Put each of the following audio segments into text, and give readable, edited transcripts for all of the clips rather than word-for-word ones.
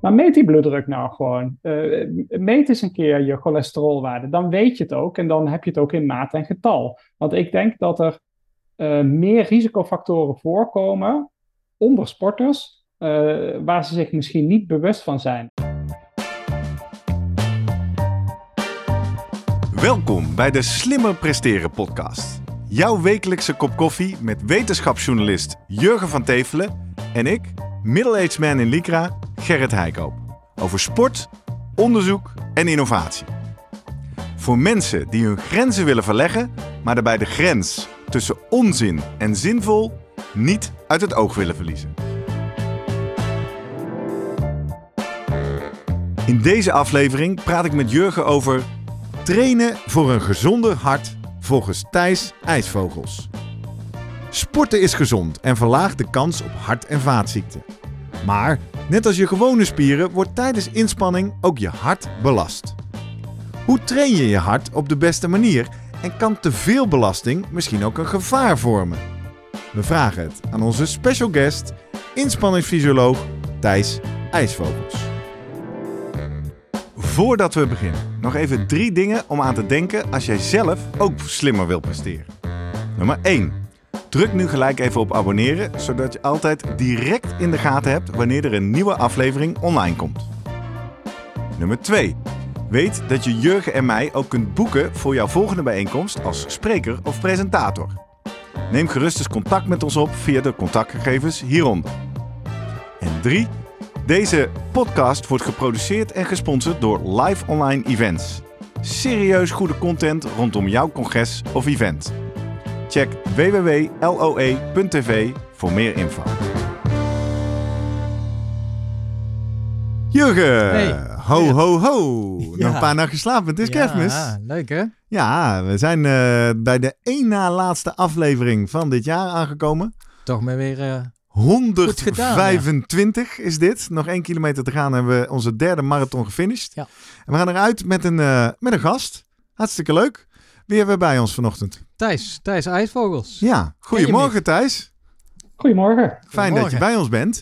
Maar meet die bloeddruk nou gewoon. Meet eens een keer je cholesterolwaarde. Dan weet je het ook en dan heb je het ook in maat en getal. Want ik denk dat er meer risicofactoren voorkomen onder sporters, waar ze zich misschien niet bewust van zijn. Welkom bij de Slimmer Presteren podcast. Jouw wekelijkse kop koffie met wetenschapsjournalist Jurgen van Tevelen en ik, middle-aged man in Lycra, Gerrit Heikoop. Over sport, onderzoek en innovatie. Voor mensen die hun grenzen willen verleggen, maar daarbij de grens tussen onzin en zinvol niet uit het oog willen verliezen. In deze aflevering praat ik met Jurgen over trainen voor een gezonder hart volgens Thijs IJsvogels. Sporten is gezond en verlaagt de kans op hart- en vaatziekten. Maar net als je gewone spieren wordt tijdens inspanning ook je hart belast. Hoe train je je hart op de beste manier en kan te veel belasting misschien ook een gevaar vormen? We vragen het aan onze special guest, inspanningsfysioloog Thijs IJsvogels. Voordat we beginnen, nog even 3 dingen om aan te denken als jij zelf ook slimmer wilt presteren. Nummer 1. Druk nu gelijk even op abonneren, zodat je altijd direct in de gaten hebt wanneer er een nieuwe aflevering online komt. Nummer 2. Weet dat je Jurgen en mij ook kunt boeken voor jouw volgende bijeenkomst als spreker of presentator. Neem gerust eens contact met ons op via de contactgegevens hieronder. En 3. Deze podcast wordt geproduceerd en gesponsord door Live Online Events. Serieus goede content rondom jouw congres of event. Check www.loe.tv voor meer info. Jurgen, Hey. ho ho ho. Ja. Nog een paar nachtjes slapen, het is kerstmis. Ja, leuk hè? Ja, we zijn bij de één na laatste aflevering van dit jaar aangekomen. Toch maar weer... 125 is dit. Nog 1 kilometer te gaan hebben we onze 3e marathon gefinished. Ja. En we gaan eruit met een gast. Hartstikke leuk. Wie hebben we bij ons vanochtend? Thijs IJsvogels. Ja, goedemorgen Thijs. Goedemorgen. Fijn dat je bij ons bent.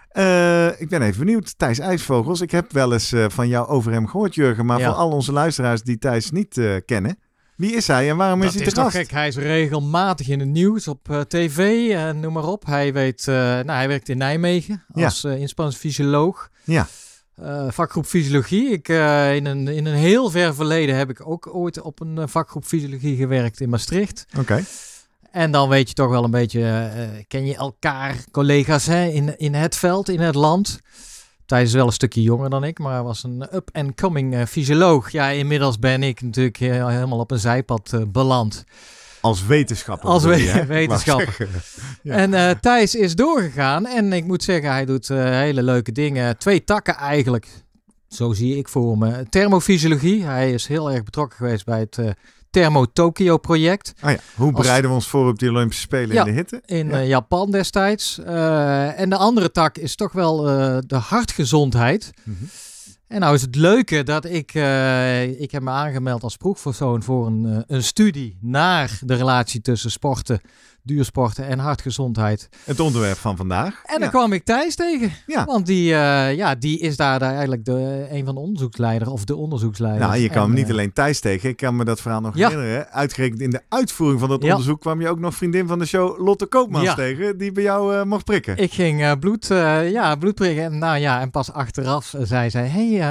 Ik ben even benieuwd. Thijs IJsvogels. Ik heb wel eens van jou over hem gehoord, Jurgen. Maar Ja. voor al onze luisteraars die Thijs niet kennen. Wie is hij en waarom is Dat hij is te toch gast? gek. Hij is regelmatig in het nieuws, op tv, noem maar op. Hij werkt in Nijmegen als inspanningsfysioloog. Ja. Vakgroep fysiologie. In een heel ver verleden heb ik ook ooit op een vakgroep fysiologie gewerkt in Maastricht. Oké. En dan weet je toch wel een beetje, ken je elkaar, collega's hè, in het veld, in het land. Thijs is wel een stukje jonger dan ik, maar was een up-and-coming fysioloog. Ja, inmiddels ben ik natuurlijk helemaal op een zijpad beland. Als wetenschapper. Als bedoel je, hè? wetenschapper. Wou zeggen. Ja. En Thijs is doorgegaan en ik moet zeggen, hij doet hele leuke dingen. 2 takken eigenlijk, zo zie ik voor me. Thermofysiologie, hij is heel erg betrokken geweest bij het Thermo Tokyo project. Oh ja. Hoe bereiden we ons voor op die Olympische Spelen in de hitte? In Japan destijds. En de andere tak is toch wel de hartgezondheid. Mhm. En nou is het leuke dat ik heb me aangemeld als proefpersoon voor een studie naar de relatie tussen sporten, duursporten en hartgezondheid. Het onderwerp van vandaag. En dan kwam ik Thijs tegen. Ja. Want die is daar eigenlijk een van de onderzoeksleiders of de onderzoeksleider. Nou, je kwam En, niet alleen Thijs tegen. Ik kan me dat verhaal nog Ja. herinneren. Uitgerekend in de uitvoering van dat Ja. onderzoek kwam je ook nog vriendin van de show Lotte Koopmans Ja. tegen. Die bij jou mocht prikken. Ik ging bloed prikken. En pas achteraf zei zij,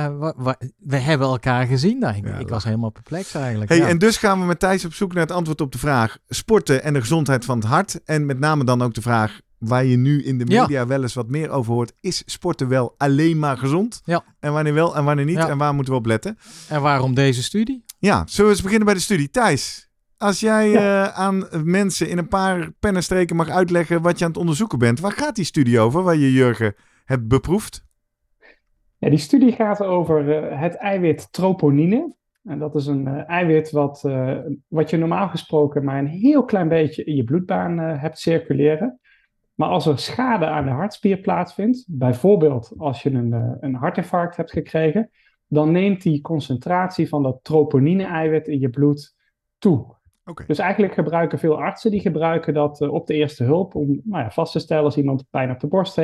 we hebben elkaar gezien. Nou, ik Ja, was helemaal perplex eigenlijk. Hey, ja. en dus gaan we met Thijs op zoek naar het antwoord op de vraag sporten en de gezondheid van het hart. En met name dan ook de vraag waar je nu in de media wel eens wat meer over hoort. Is sporten wel alleen maar gezond? Ja. En wanneer wel en wanneer niet? Ja. En waar moeten we op letten? En waarom deze studie? Ja, zullen we eens beginnen bij de studie. Thijs, als jij aan mensen in een paar pennenstreken mag uitleggen wat je aan het onderzoeken bent. Waar gaat die studie over, waar je Jurgen hebt beproefd? Ja, die studie gaat over het eiwit troponine. En dat is een eiwit wat je normaal gesproken maar een heel klein beetje in je bloedbaan hebt circuleren. Maar als er schade aan de hartspier plaatsvindt, bijvoorbeeld als je een hartinfarct hebt gekregen, dan neemt die concentratie van dat troponine-eiwit in je bloed toe. Okay. Dus eigenlijk gebruiken veel artsen, die gebruiken dat op de eerste hulp om vast te stellen als iemand pijn op de borst heeft.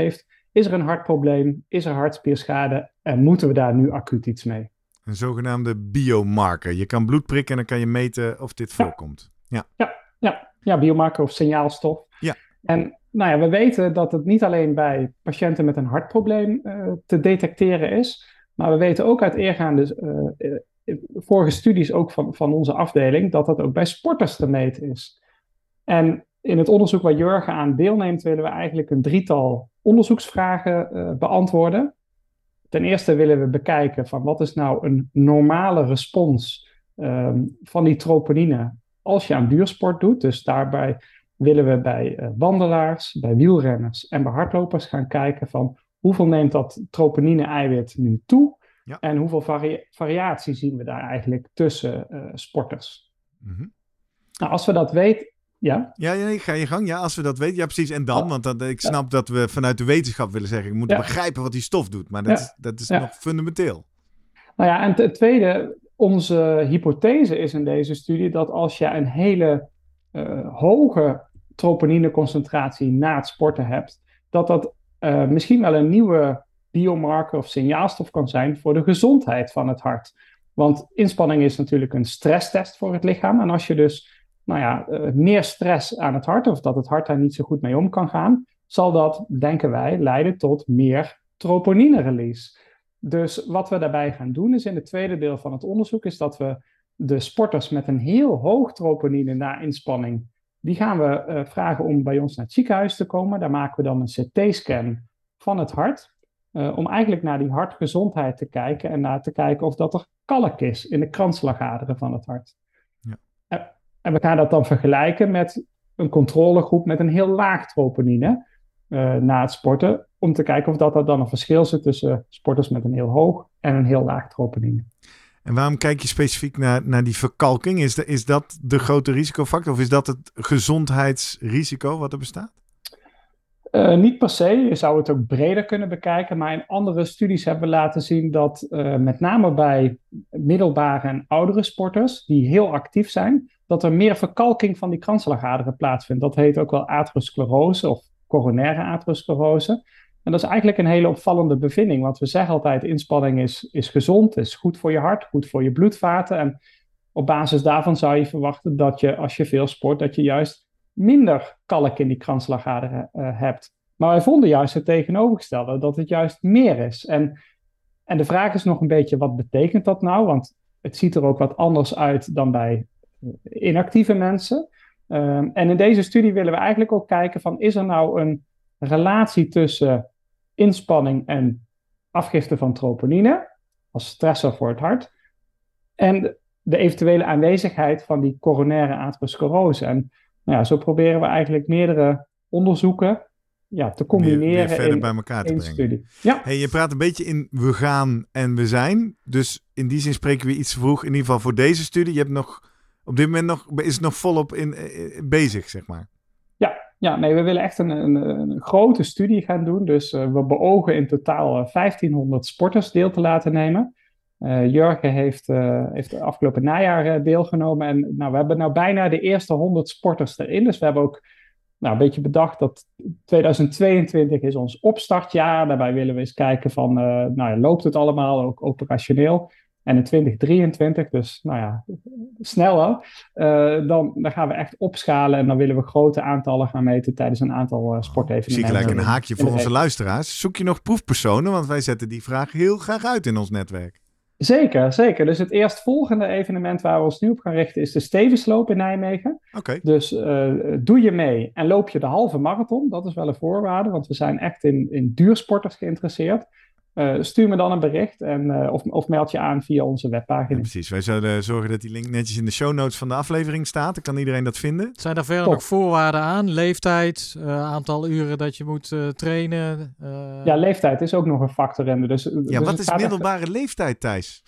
is er een hartprobleem, is er hartspierschade en moeten we daar nu acuut iets mee? Een zogenaamde biomarker. Je kan bloed prikken en dan kan je meten of dit voorkomt. Ja, biomarker of signaalstof. Ja. En nou ja, we weten dat het niet alleen bij patiënten met een hartprobleem te detecteren is, maar we weten ook uit eergaande vorige studies ook van onze afdeling dat dat ook bij sporters te meten is. En in het onderzoek waar Jurgen aan deelneemt, willen we eigenlijk een drietal onderzoeksvragen beantwoorden. Ten eerste willen we bekijken van wat is nou een normale respons van die troponine als je aan duursport doet. Dus daarbij willen we bij wandelaars, bij wielrenners en bij hardlopers gaan kijken van hoeveel neemt dat troponine-eiwit nu toe en hoeveel variatie zien we daar eigenlijk tussen sporters. Mm-hmm. Nou, als we dat weten... Ja? Ja, ga je gang. Ja, als we dat weten. Ja, precies. En dan, want ik snap dat we vanuit de wetenschap willen zeggen, we moeten begrijpen wat die stof doet. Maar dat is nog fundamenteel. Nou ja, en ten tweede, onze hypothese is in deze studie dat als je een hele hoge troponineconcentratie na het sporten hebt, dat misschien wel een nieuwe biomarker of signaalstof kan zijn voor de gezondheid van het hart. Want inspanning is natuurlijk een stresstest voor het lichaam. En als je dus meer stress aan het hart, of dat het hart daar niet zo goed mee om kan gaan, zal dat, denken wij, leiden tot meer troponine-release. Dus wat we daarbij gaan doen is in het tweede deel van het onderzoek, is dat we de sporters met een heel hoog troponine na inspanning, die gaan we vragen om bij ons naar het ziekenhuis te komen. Daar maken we dan een CT-scan van het hart, om eigenlijk naar die hartgezondheid te kijken en naar te kijken of dat er kalk is in de kransslagaderen van het hart. En we gaan dat dan vergelijken met een controlegroep met een heel laag troponine na het sporten, om te kijken of dat er dan een verschil zit tussen sporters met een heel hoog en een heel laag troponine. En waarom kijk je specifiek naar die verkalking? Is dat de grote risicofactor of is dat het gezondheidsrisico wat er bestaat? Niet per se. Je zou het ook breder kunnen bekijken. Maar in andere studies hebben we laten zien dat met name bij middelbare en oudere sporters die heel actief zijn, dat er meer verkalking van die kransslagaderen plaatsvindt. Dat heet ook wel atherosclerose of coronaire atherosclerose. En dat is eigenlijk een hele opvallende bevinding. Want we zeggen altijd inspanning is gezond, is goed voor je hart, goed voor je bloedvaten. En op basis daarvan zou je verwachten dat je als je veel sport, dat je juist minder kalk in die kransslagaderen hebt. Maar wij vonden juist het tegenovergestelde, dat het juist meer is. En de vraag is nog een beetje, wat betekent dat nou? Want het ziet er ook wat anders uit dan bij inactieve mensen. En in deze studie willen we eigenlijk ook kijken van, is er nou een relatie tussen inspanning en afgifte van troponine, als stressor voor het hart, en de eventuele aanwezigheid van die coronaire atherosclerose. En zo proberen we eigenlijk meerdere onderzoeken te combineren weer verder bij elkaar te brengen. Studie. Ja. Hey, je praat een beetje in we gaan en we zijn. Dus in die zin spreken we iets vroeg, in ieder geval voor deze studie. Je hebt nog, op dit moment is het nog volop bezig, zeg maar. Nee, we willen echt een grote studie gaan doen. Dus we beogen in totaal 1500 sporters deel te laten nemen. Jurgen heeft afgelopen najaar deelgenomen. En we hebben bijna de eerste 100 sporters erin. Dus we hebben ook een beetje bedacht dat 2022 is ons opstartjaar. Daarbij willen we eens kijken van, loopt het allemaal ook operationeel? En in 2023, dus sneller, dan gaan we echt opschalen en dan willen we grote aantallen gaan meten tijdens een aantal sportevenementen. Zie ik gelijk een haakje voor onze luisteraars. Zoek je nog proefpersonen? Want wij zetten die vraag heel graag uit in ons netwerk. Zeker. Dus het eerstvolgende evenement waar we ons nu op gaan richten is de Stevensloop in Nijmegen. Okay. Dus doe je mee en loop je de halve marathon. Dat is wel een voorwaarde, want we zijn echt in duursporters geïnteresseerd. Stuur me dan een bericht of meld je aan via onze webpagina. Ja, precies, wij zullen zorgen dat die link netjes in de show notes van de aflevering staat. Dan kan iedereen dat vinden. Zijn daar verder nog voorwaarden aan? Leeftijd, aantal uren dat je moet trainen? Ja, leeftijd is ook nog een factor in. Dus wat is middelbare leeftijd, Thijs?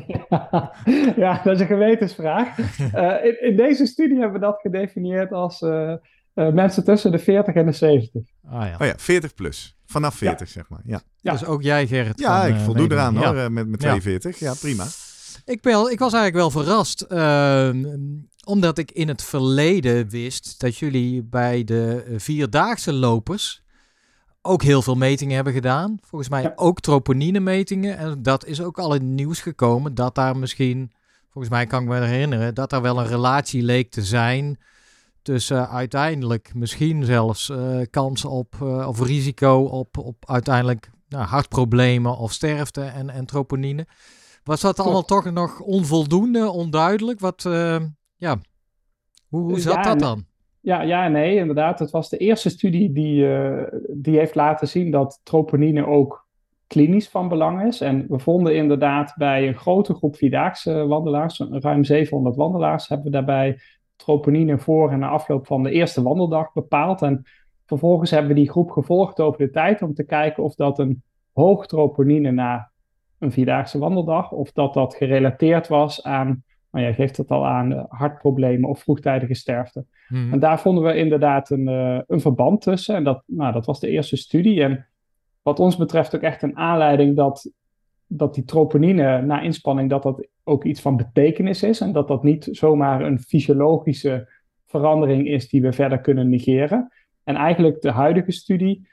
Ja, dat is een gewetensvraag. In deze studie hebben we dat gedefinieerd als mensen tussen de 40 en de 70. Oh ja, 40 plus. Vanaf 40, zeg maar. Ja. Dus ook jij, Gerrit. Ja, ik voldoe eraan hoor, met 42. Ja, prima. Ik was eigenlijk wel verrast, omdat ik in het verleden wist dat jullie bij de vierdaagse lopers ook heel veel metingen hebben gedaan. Volgens mij ook troponine-metingen. En dat is ook al in het nieuws gekomen dat daar misschien, volgens mij kan ik me herinneren, dat daar wel een relatie leek te zijn tussen uiteindelijk misschien zelfs kans op of risico op uiteindelijk hartproblemen of sterfte en troponine. Was dat allemaal toch nog onvoldoende, onduidelijk? Hoe zat dat dan? Ja en nee, inderdaad. Het was de eerste studie die heeft laten zien dat troponine ook klinisch van belang is. En we vonden inderdaad bij een grote groep vierdaagse wandelaars, ruim 700 wandelaars, hebben we daarbij troponine voor en na afloop van de eerste wandeldag bepaald. En vervolgens hebben we die groep gevolgd over de tijd om te kijken of dat een hoog troponine na een vierdaagse wandeldag, of dat gerelateerd was aan, nou ja, geeft het al aan, hartproblemen of vroegtijdige sterfte. Hmm. En daar vonden we inderdaad een verband tussen. En dat was de eerste studie. En wat ons betreft ook echt een aanleiding dat die troponine na inspanning, dat ook iets van betekenis is. En dat niet zomaar een fysiologische verandering is die we verder kunnen negeren. En eigenlijk de huidige studie,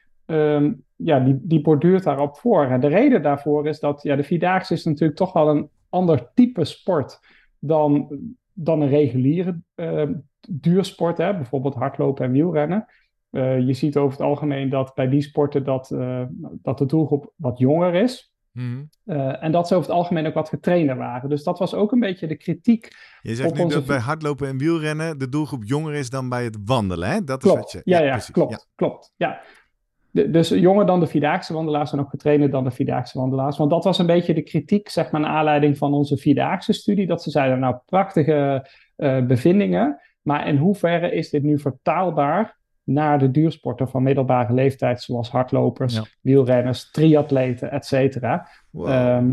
die borduurt daarop voor. En de reden daarvoor is dat de vierdaagse is natuurlijk toch wel een ander type sport dan een reguliere duursport, hè? Bijvoorbeeld hardlopen en wielrennen. Je ziet over het algemeen dat bij die sporten dat de doelgroep wat jonger is. Mm. En dat ze over het algemeen ook wat getrainder waren. Dus dat was ook een beetje de kritiek. Je zegt nu dat bij hardlopen en wielrennen de doelgroep jonger is dan bij het wandelen, hè? Dat klopt. is wat je... Klopt. Ja. Dus jonger dan de vierdaagse wandelaars en ook getrainder dan de vierdaagse wandelaars. Want dat was een beetje de kritiek, zeg maar, naar aanleiding van onze vierdaagse studie. Dat ze zeiden, nou, prachtige bevindingen. Maar in hoeverre is dit nu vertaalbaar naar de duursporten van middelbare leeftijd, zoals hardlopers, wielrenners, triatleten, et cetera. Wow.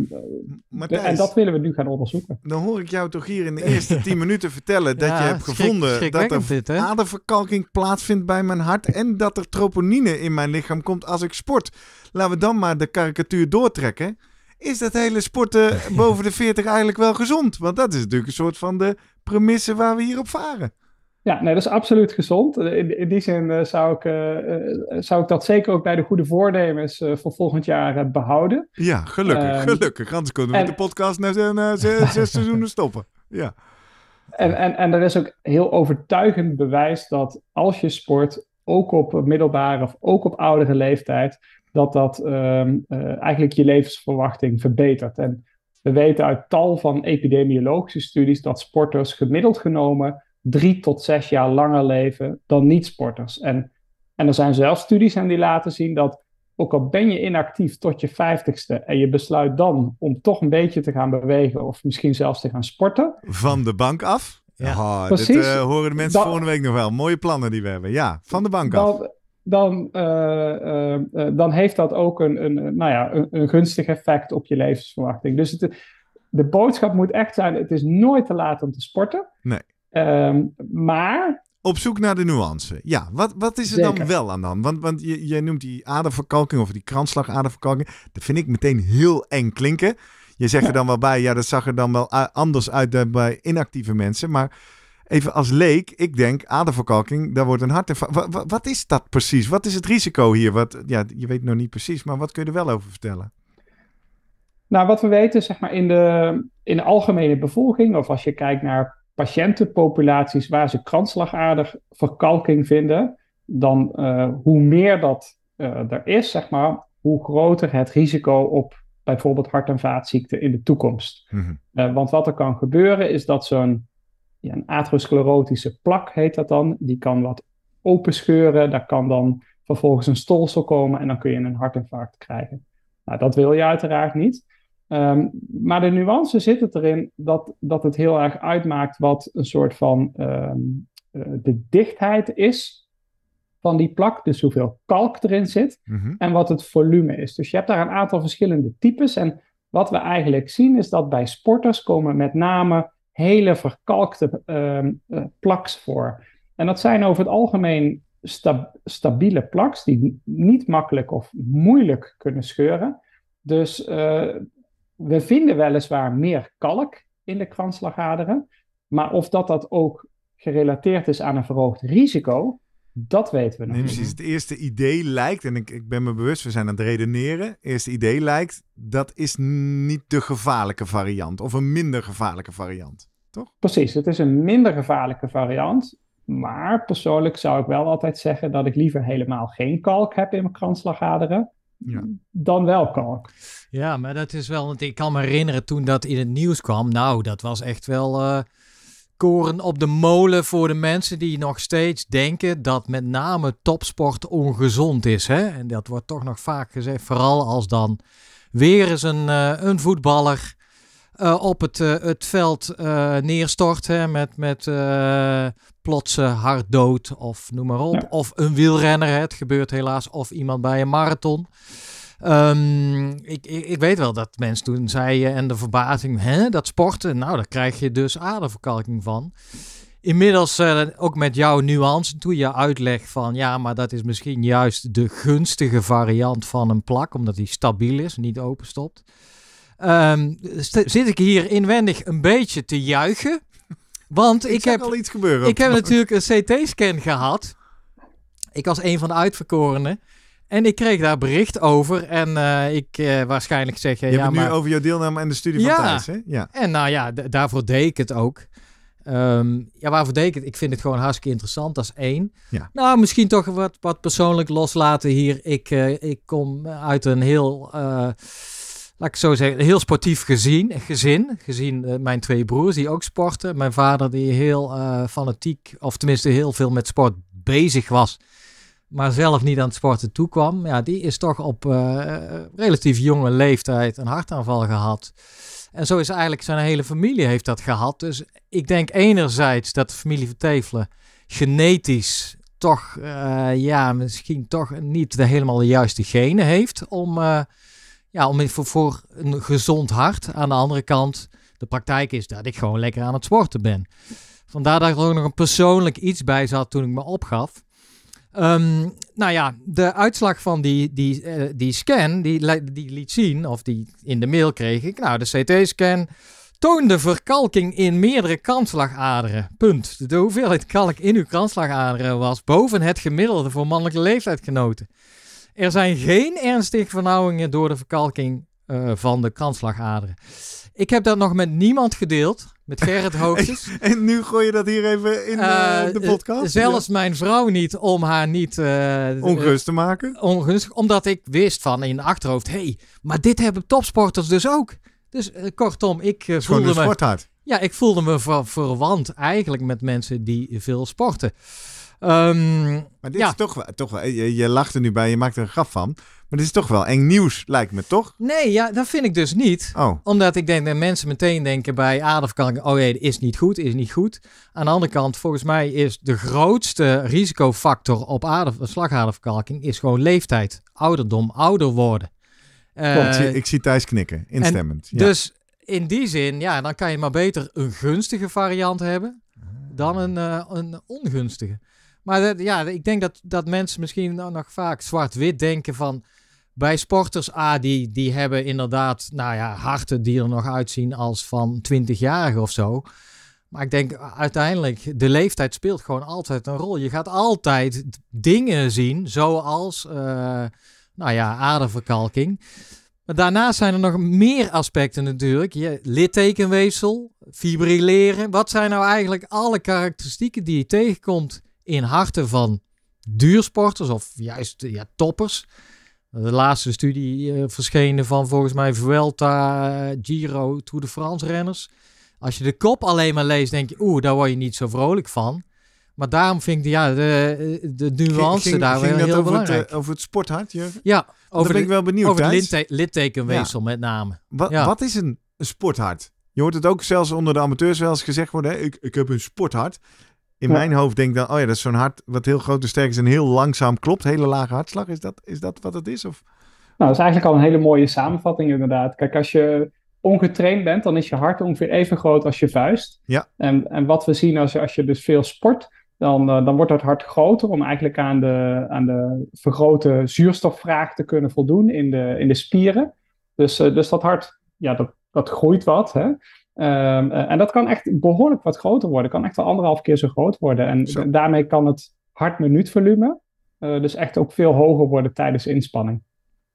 En dat willen we nu gaan onderzoeken. Dan hoor ik jou toch hier in de eerste 10 minuten vertellen dat je hebt gevonden dat er aderverkalking plaatsvindt bij mijn hart en dat er troponine in mijn lichaam komt als ik sport. Laten we dan maar de karikatuur doortrekken. Is dat hele sporten boven de 40 eigenlijk wel gezond? Want dat is natuurlijk een soort van de premisse waar we hier op varen. Ja, nee, dat is absoluut gezond. In die zin zou ik dat zeker ook bij de goede voornemens voor volgend jaar behouden. Ja, gelukkig. Anders kunnen we met de podcast na 6 seizoenen stoppen. Ja. En er is ook heel overtuigend bewijs dat als je sport, ook op middelbare of ook op oudere leeftijd, dat eigenlijk je levensverwachting verbetert. En we weten uit tal van epidemiologische studies dat sporters gemiddeld genomen 3 tot 6 jaar langer leven dan niet-sporters. En er zijn zelfs studies die laten zien dat ook al ben je inactief tot je 50ste en je besluit dan om toch een beetje te gaan bewegen of misschien zelfs te gaan sporten. Van de bank af? Ja, oh, dit horen de mensen volgende week nog wel. Mooie plannen die we hebben. Ja, van de bank af. Dan heeft dat ook een gunstig effect op je levensverwachting. Dus de boodschap moet echt zijn, het is nooit te laat om te sporten. Nee. Maar op zoek naar de nuance. Ja, wat is er dan wel aan de hand? Want je noemt die aderverkalking of die kransslagaderverkalking. Dat vind ik meteen heel eng klinken. Je zegt er dan wel bij, ja, dat zag er dan wel anders uit dan bij inactieve mensen. Maar even als leek, ik denk aderverkalking, daar wordt een hartinfarct. Wat is dat precies? Wat is het risico hier? Je weet nog niet precies, maar wat kun je er wel over vertellen? Nou, wat we weten, zeg maar, in de algemene bevolking, of als je kijkt naar patiëntenpopulaties waar ze kransslagaderverkalking vinden, dan hoe meer dat er is, zeg maar, hoe groter het risico op bijvoorbeeld hart- en vaatziekten in de toekomst. Mm-hmm. Want wat er kan gebeuren is dat een atherosclerotische plak, heet dat dan, die kan wat openscheuren, daar kan dan vervolgens een stolsel komen en dan kun je een hartinfarct krijgen. Nou, dat wil je uiteraard niet. Maar de nuance zit het erin dat het heel erg uitmaakt wat een soort van de dichtheid is van die plak. Dus hoeveel kalk erin zit en wat het volume is. Dus je hebt daar een aantal verschillende types. En wat we eigenlijk zien is dat bij sporters komen met name hele verkalkte plaks voor. En dat zijn over het algemeen stabiele plaks die niet makkelijk of moeilijk kunnen scheuren. Dus we vinden weliswaar meer kalk in de kransslagaderen, maar of dat ook gerelateerd is aan een verhoogd risico, Dat weten we nog Nee, niet. precies. Het eerste idee lijkt, en ik ben me bewust, we zijn aan het redeneren. Het eerste idee lijkt, dat is niet de gevaarlijke variant. Of een minder gevaarlijke variant. Toch? Precies, het is een minder gevaarlijke variant. Maar persoonlijk zou ik wel altijd zeggen dat ik liever helemaal geen kalk heb in mijn kransslagaderen. Ja. Dan wel kalk. Ja, maar dat is wel... Want ik kan me herinneren toen dat in het nieuws kwam. Nou, dat was echt wel koren op de molen voor de mensen die nog steeds denken dat met name topsport ongezond is. Hè? En dat wordt toch nog vaak gezegd. Vooral als dan weer eens een voetballer op het veld neerstort. Hè? Met plotse hartdood of noem maar op. Ja. Of een wielrenner. Hè? Het gebeurt helaas. Of iemand bij een marathon. Ik weet wel dat mensen toen zeiden en de verbazing, dat sporten, nou daar krijg je dus aderverkalking van. Inmiddels ook met jouw nuance, toen je uitlegt van ja, maar dat is misschien juist de gunstige variant van een plak, omdat die stabiel is, niet openstopt. Zit ik hier inwendig een beetje te juichen, want ik heb al iets gebeuren. Ik heb natuurlijk een CT-scan gehad. Ik was een van de uitverkorenen. En ik kreeg daar bericht over. En waarschijnlijk zeg je... Je hebt het nu maar over jouw deelname aan de studie van Thijs, hè? Ja. En nou ja, daarvoor deed ik het ook. Waarvoor deed ik het? Ik vind het gewoon hartstikke interessant, dat is 1. Ja. Nou, misschien toch wat persoonlijk loslaten hier. Ik kom uit een heel... laat ik zo zeggen, een heel sportief gezin. Gezien mijn 2 broers die ook sporten. Mijn vader die heel fanatiek, of tenminste heel veel met sport bezig was, maar zelf niet aan het sporten toekwam. Ja, die is toch op relatief jonge leeftijd een hartaanval gehad. En zo is eigenlijk zijn hele familie heeft dat gehad. Dus ik denk enerzijds dat de familie Vertevelen genetisch toch, misschien toch niet helemaal de juiste genen heeft om voor een gezond hart. Aan de andere kant, de praktijk is dat ik gewoon lekker aan het sporten ben. Vandaar dat er ook nog een persoonlijk iets bij zat toen ik me opgaf. De uitslag van die scan, die liet zien, of die in de mail kreeg ik. Nou, de CT-scan toonde verkalking in meerdere kransslagaderen. Punt. De hoeveelheid kalk in uw kransslagaderen was boven het gemiddelde voor mannelijke leeftijdgenoten. Er zijn geen ernstige vernauwingen door de verkalking van de kransslagaderen. Ik heb dat nog met niemand gedeeld. Met Gerrit Hoogstens. En nu gooi je dat hier even in de podcast? Zelfs mijn vrouw niet, om haar niet... ongerust te maken? Ongunstig, omdat ik wist van in de achterhoofd... maar dit hebben topsporters dus ook. Dus kortom, ik voelde me... sporthart. Ja, ik voelde me verwant eigenlijk met mensen die veel sporten. Maar dit is toch wel je lacht er nu bij, je maakt er een grap van. Maar dit is toch wel eng nieuws, lijkt me, toch? Nee, ja, dat vind ik dus niet. Oh. Omdat ik denk dat mensen meteen denken bij aderverkalking... is niet goed. Aan de andere kant, volgens mij is de grootste risicofactor op slagaderverkalking... is gewoon leeftijd, ouderdom, ouder worden. Ik zie Thijs knikken, instemmend. Ja. Dus in die zin, dan kan je maar beter een gunstige variant hebben... dan een ongunstige. Maar ik denk dat mensen misschien nog vaak zwart-wit denken van... bij sporters, die hebben inderdaad harten die er nog uitzien als van 20-jarigen of zo. Maar ik denk uiteindelijk, de leeftijd speelt gewoon altijd een rol. Je gaat altijd dingen zien, zoals aderverkalking. Maar daarnaast zijn er nog meer aspecten natuurlijk. Littekenweefsel, fibrilleren. Wat zijn nou eigenlijk alle karakteristieken die je tegenkomt in harten van duursporters of juist toppers? De laatste studie verschenen van volgens mij Vuelta, Giro, Tour de France renners. Als je de kop alleen maar leest, denk je, daar word je niet zo vrolijk van. Maar daarom vind ik de nuance daar wel heel belangrijk. Over het sporthart, Jurgen? Ja, ben ik wel benieuwd. Over het littekenweefsel met name. Wat is een sporthart? Je hoort het ook zelfs onder de amateurs wel eens gezegd worden. Hè? Ik heb een sporthart. In mijn hoofd denk ik dan, dat is zo'n hart wat heel groot en sterk is en heel langzaam klopt. Hele lage hartslag. Is dat wat het is? Of? Nou, dat is eigenlijk al een hele mooie samenvatting inderdaad. Kijk, als je ongetraind bent, dan is je hart ongeveer even groot als je vuist. Ja. En wat we zien als je dus veel sport, dan wordt dat hart groter om eigenlijk aan de vergrote zuurstofvraag te kunnen voldoen in de spieren. Dus dat hart, dat groeit wat, hè. En dat kan echt behoorlijk wat groter worden. Kan echt wel 1,5 keer zo groot worden. En daarmee kan het hartminuutvolume. Dus echt ook veel hoger worden tijdens inspanning.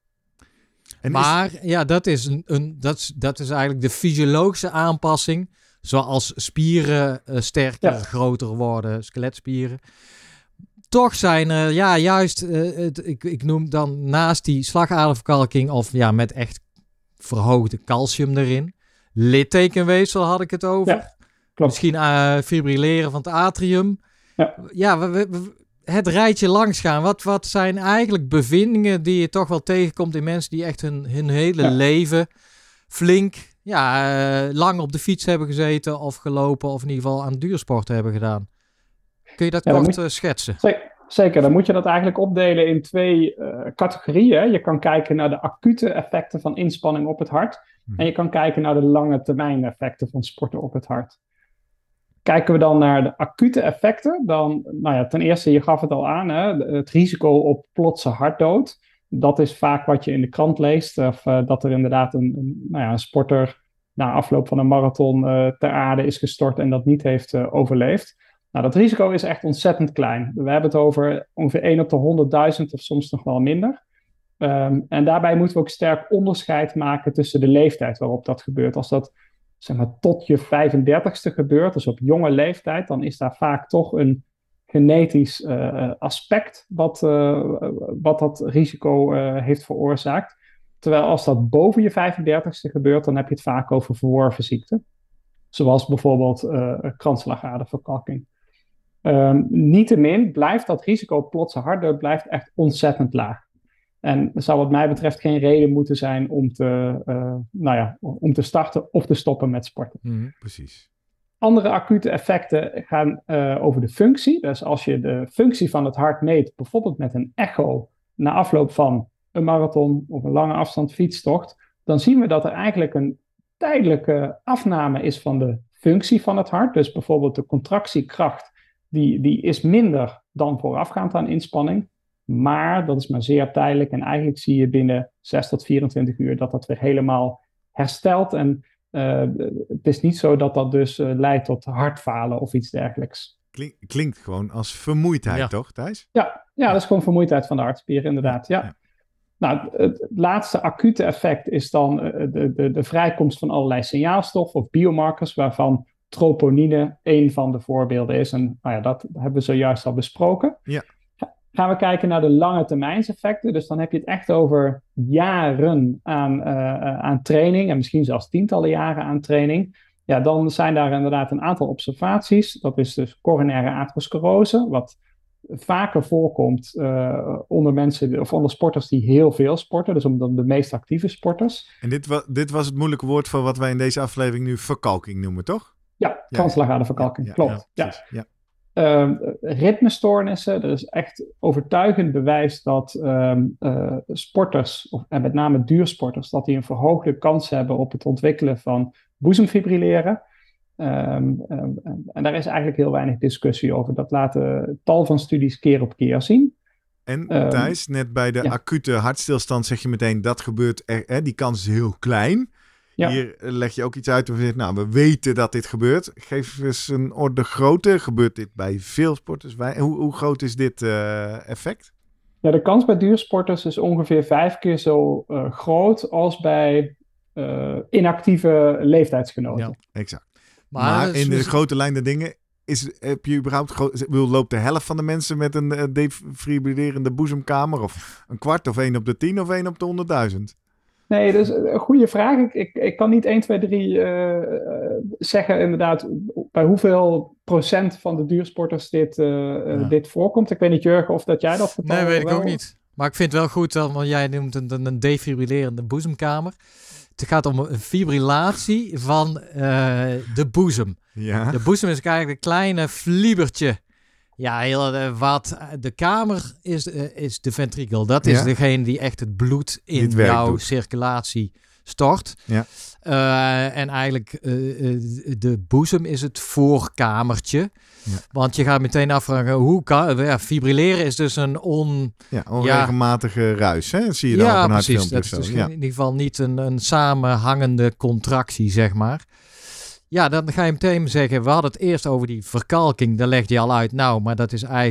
Maar ja, dat is dat is eigenlijk de fysiologische aanpassing. Zoals spieren sterker, groter worden, skeletspieren. Toch zijn er juist, ik noem dan naast die slagaderverkalking of met echt verhoogde calcium erin. Littekenweefsel had ik het over. Ja, klopt. Misschien fibrilleren van het atrium. Het rijtje langs gaan. Wat zijn eigenlijk bevindingen die je toch wel tegenkomt in mensen die echt hun hele leven flink lang op de fiets hebben gezeten of gelopen of in ieder geval aan duursport hebben gedaan? Kun je dat kort schetsen? Zeker, dan moet je dat eigenlijk opdelen in 2 categorieën. Je kan kijken naar de acute effecten van inspanning op het hart. En je kan kijken naar de lange termijn effecten van sporten op het hart. Kijken we dan naar de acute effecten, dan, ten eerste, je gaf het al aan, het risico op plotse hartdood. Dat is vaak wat je in de krant leest, of dat er inderdaad een sporter na afloop van een marathon ter aarde is gestort en dat niet heeft overleefd. Nou, dat risico is echt ontzettend klein. We hebben het over ongeveer 1 op de 100.000 of soms nog wel minder. En daarbij moeten we ook sterk onderscheid maken tussen de leeftijd waarop dat gebeurt. Als dat tot je 35ste gebeurt, dus op jonge leeftijd, dan is daar vaak toch een genetisch aspect wat dat risico heeft veroorzaakt. Terwijl als dat boven je 35ste gebeurt, dan heb je het vaak over verworven ziekten. Zoals bijvoorbeeld kransslagaderverkalking. Niettemin blijft dat risico op plotse hartdood echt ontzettend laag. En er zou wat mij betreft geen reden moeten zijn om te starten of te stoppen met sporten. Precies. Andere acute effecten gaan over de functie. Dus als je de functie van het hart meet, bijvoorbeeld met een echo na afloop van een marathon of een lange afstand fietstocht, dan zien we dat er eigenlijk een tijdelijke afname is van de functie van het hart. Dus bijvoorbeeld de contractiekracht, die is minder dan voorafgaand aan inspanning. Maar dat is maar zeer tijdelijk en eigenlijk zie je binnen 6 tot 24 uur dat weer helemaal herstelt. En het is niet zo dat dat dus leidt tot hartfalen of iets dergelijks. Klinkt gewoon als vermoeidheid, toch, Thijs? Ja, dat is gewoon vermoeidheid van de hartspieren, inderdaad. Ja. Nou, het laatste acute effect is dan de vrijkomst van allerlei signaalstoffen of biomarkers, waarvan troponine een van de voorbeelden is. En dat hebben we zojuist al besproken. Ja. Gaan we kijken naar de lange termijnseffecten. Dus dan heb je het echt over jaren aan training en misschien zelfs tientallen jaren aan training. Ja, dan zijn daar inderdaad een aantal observaties. Dat is dus coronaire atherosclerose, wat vaker voorkomt onder mensen of onder sporters die heel veel sporten. Dus onder de meest actieve sporters. En dit was het moeilijke woord voor wat wij in deze aflevering nu verkalking noemen, toch? Ja, kransslagaderverkalking, klopt. Ja. Ritmestoornissen, er is echt overtuigend bewijs dat sporters, en met name duursporters, dat die een verhoogde kans hebben op het ontwikkelen van boezemfibrilleren. En daar is eigenlijk heel weinig discussie over. Dat laten tal van studies keer op keer zien. En Thijs, net bij de acute hartstilstand zeg je meteen, dat gebeurt die kans is heel klein. Ja. Hier leg je ook iets uit waar je zegt, we weten dat dit gebeurt. Geef eens een orde grootte. Gebeurt dit bij veel sporters? Hoe groot is dit effect? Ja, de kans bij duursporters is ongeveer 5 keer zo groot als bij inactieve leeftijdsgenoten. Ja, exact. Maar in de grote lijn der dingen, heb je überhaupt loopt de helft van de mensen met een defibrillerende boezemkamer? Of een kwart, of 1 op de 10, of 1 op de 100.000? Nee, dus een goede vraag. Ik kan niet 1, 2, 3 zeggen inderdaad bij hoeveel procent van de duursporters dit voorkomt. Ik weet niet, Jurgen, of dat jij dat vertelt. Nee, weet ik ook niet. Maar ik vind het wel goed, want jij noemt een defibrillerende boezemkamer. Het gaat om een fibrillatie van de boezem. Ja. De boezem is eigenlijk een kleine fliebertje. Ja, wat de kamer is de ventrikel. Dat is degene die echt het bloed in jouw circulatie stort. Ja. En eigenlijk de boezem is het voorkamertje. Ja. Want je gaat meteen afvragen, hoe kan... fibrilleren is dus een onregelmatige ruis, hè? Zie je dan op een hartfilmpje. Dat is dus in ieder geval niet een samenhangende contractie, zeg maar. Ja, dan ga je meteen zeggen, we hadden het eerst over die verkalking. Daar legde je al uit, maar dat is eigenlijk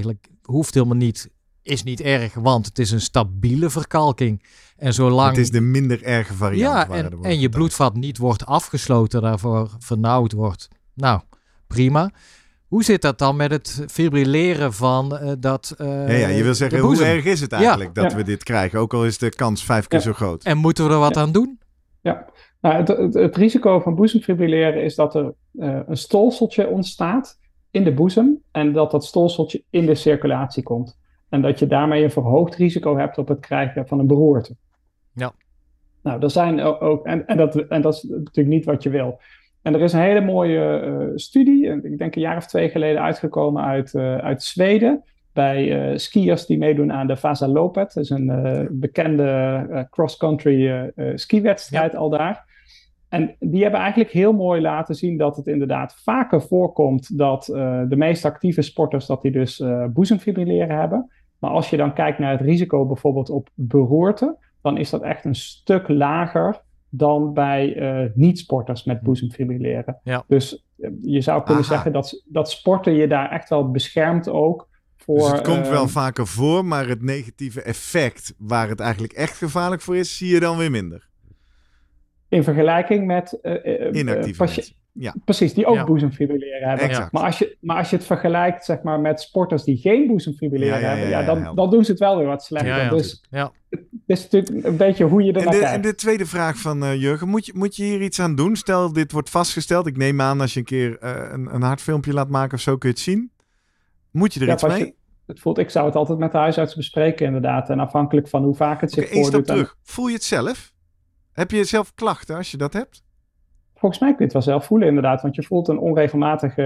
hoeft helemaal niet, is niet erg, want het is een stabiele verkalking. En zolang... Het is de minder erge variant. Ja, en je bloedvat niet wordt afgesloten, daarvoor vernauwd wordt. Nou, prima. Hoe zit dat dan met het fibrilleren van dat je wil zeggen, hoe erg is het eigenlijk dat we dit krijgen? Ook al is de kans 5 keer zo groot. En moeten we er wat aan doen? Ja, nou, het risico van boezemfibrilleren is dat er een stolseltje ontstaat in de boezem en dat stolseltje in de circulatie komt. En dat je daarmee een verhoogd risico hebt op het krijgen van een beroerte. Ja. Nou, er zijn ook, en dat is natuurlijk niet wat je wil. En er is een hele mooie studie, ik denk een jaar of 2 geleden uitgekomen uit Zweden, bij skiers die meedoen aan de Vasaloppet. Dat is een bekende cross-country skiwedstrijd al daar. En die hebben eigenlijk heel mooi laten zien dat het inderdaad vaker voorkomt dat de meest actieve sporters, dat die dus boezemfibrilleren hebben. Maar als je dan kijkt naar het risico bijvoorbeeld op beroerte, dan is dat echt een stuk lager dan bij niet-sporters met boezemfibrilleren. Ja. Dus je zou kunnen zeggen dat sporten je daar echt wel beschermt ook. Dus het komt wel vaker voor, maar het negatieve effect waar het eigenlijk echt gevaarlijk voor is, zie je dan weer minder. In vergelijking met inactieve mensen. Ja. Precies, die ook boezemfibrilleren hebben. Exact. Maar als je het vergelijkt zeg maar, met sporters die geen boezemfibrilleren hebben, dan doen ze het wel weer wat slechter. Dus het is natuurlijk een beetje hoe je ernaar kijkt. En de tweede vraag van Jurgen, moet je hier iets aan doen? Stel, dit wordt vastgesteld. Ik neem aan als je een keer een hartfilmpje laat maken of zo, kun je het zien. Moet je er iets mee? Ik zou het altijd met de huisarts bespreken inderdaad. En afhankelijk van hoe vaak het zich voordoet. Eén stap terug. Voel je het zelf? Heb je zelf klachten als je dat hebt? Volgens mij kun je het wel zelf voelen inderdaad. Want je voelt een onregelmatige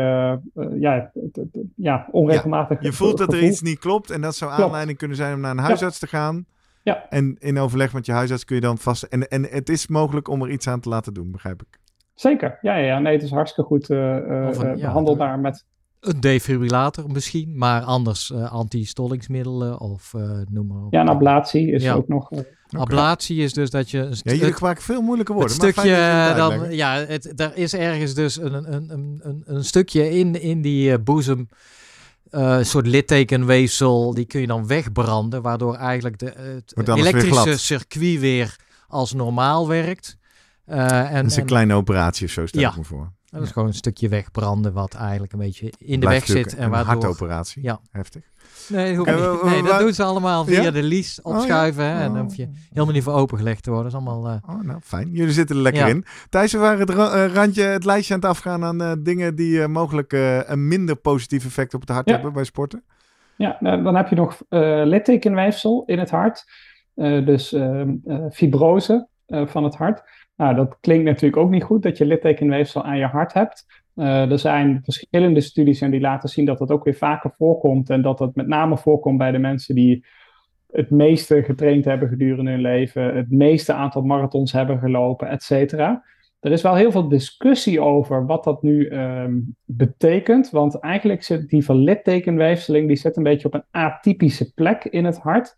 je voelt dat er iets niet klopt. En dat zou aanleiding kunnen zijn om naar een huisarts te gaan. Ja. En in overleg met je huisarts kun je dan vast... En het is mogelijk om er iets aan te laten doen, begrijp ik. Zeker. Ja. Nee, het is hartstikke goed behandelbaar met... Een defibrillator misschien, maar anders anti-stollingsmiddelen of noem maar op. Ja, een ablatie is ook nog... Ablatie is dus dat je... jullie gebruiken veel moeilijke woorden. Het stukje, er is ergens dus een stukje in die boezem, een soort littekenweefsel, die kun je dan wegbranden, waardoor eigenlijk het elektrische circuit weer als normaal werkt. Dat is een kleine operatie of zo, stel ik me voor. Dat is gewoon een stukje wegbranden wat eigenlijk een beetje in de weg zit. En waardoor... Een hartoperatie, heftig. Nee, dat doen ze allemaal via de lies opschuiven. En dan hoef je helemaal niet voor opengelegd te worden. Dat is allemaal... nou, fijn. Jullie zitten er lekker in. Thijs, we waren het lijstje aan het afgaan aan dingen die mogelijk een minder positief effect op het hart hebben bij sporten. Ja, dan heb je nog littekenweefsel in het hart. Dus fibrose van het hart. Nou, dat klinkt natuurlijk ook niet goed dat je littekenweefsel aan je hart hebt. Er zijn verschillende studies en die laten zien dat dat ook weer vaker voorkomt. En dat dat met name voorkomt bij de mensen die het meeste getraind hebben gedurende hun leven. Het meeste aantal marathons hebben gelopen, et cetera. Er is wel heel veel discussie over wat dat nu betekent. Want eigenlijk zit die van littekenweefseling, die zit een beetje op een atypische plek in het hart.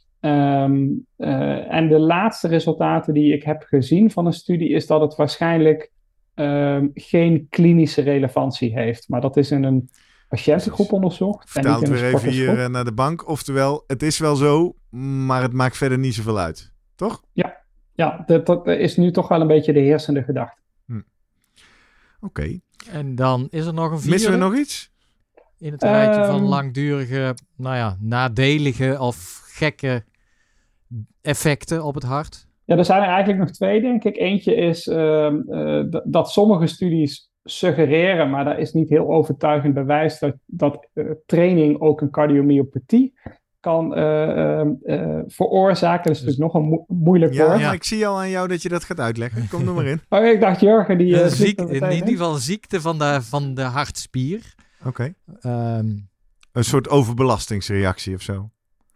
En de laatste resultaten die ik heb gezien van een studie is dat het waarschijnlijk geen klinische relevantie heeft. Maar dat is in een patiëntengroep onderzocht. Vertaal het weer even hier naar de bank. Oftewel, het is wel zo, maar het maakt verder niet zoveel uit. Toch? Ja, dat is nu toch wel een beetje de heersende gedachte. Oké. En dan is er nog een vierde. Missen we nog iets? In het rijtje van langdurige, nadelige of gekke effecten op het hart? Ja, er zijn er eigenlijk nog 2, denk ik. Eentje is dat sommige studies suggereren, maar daar is niet heel overtuigend bewijs, dat training ook een cardiomyopathie kan veroorzaken. Dat is natuurlijk nog een moeilijk woord. Ja, ik zie al aan jou dat je dat gaat uitleggen. Kom er maar in. Ik dacht, Jurgen, die... in ieder geval ziekte van de hartspier. Oké. Een soort overbelastingsreactie of zo?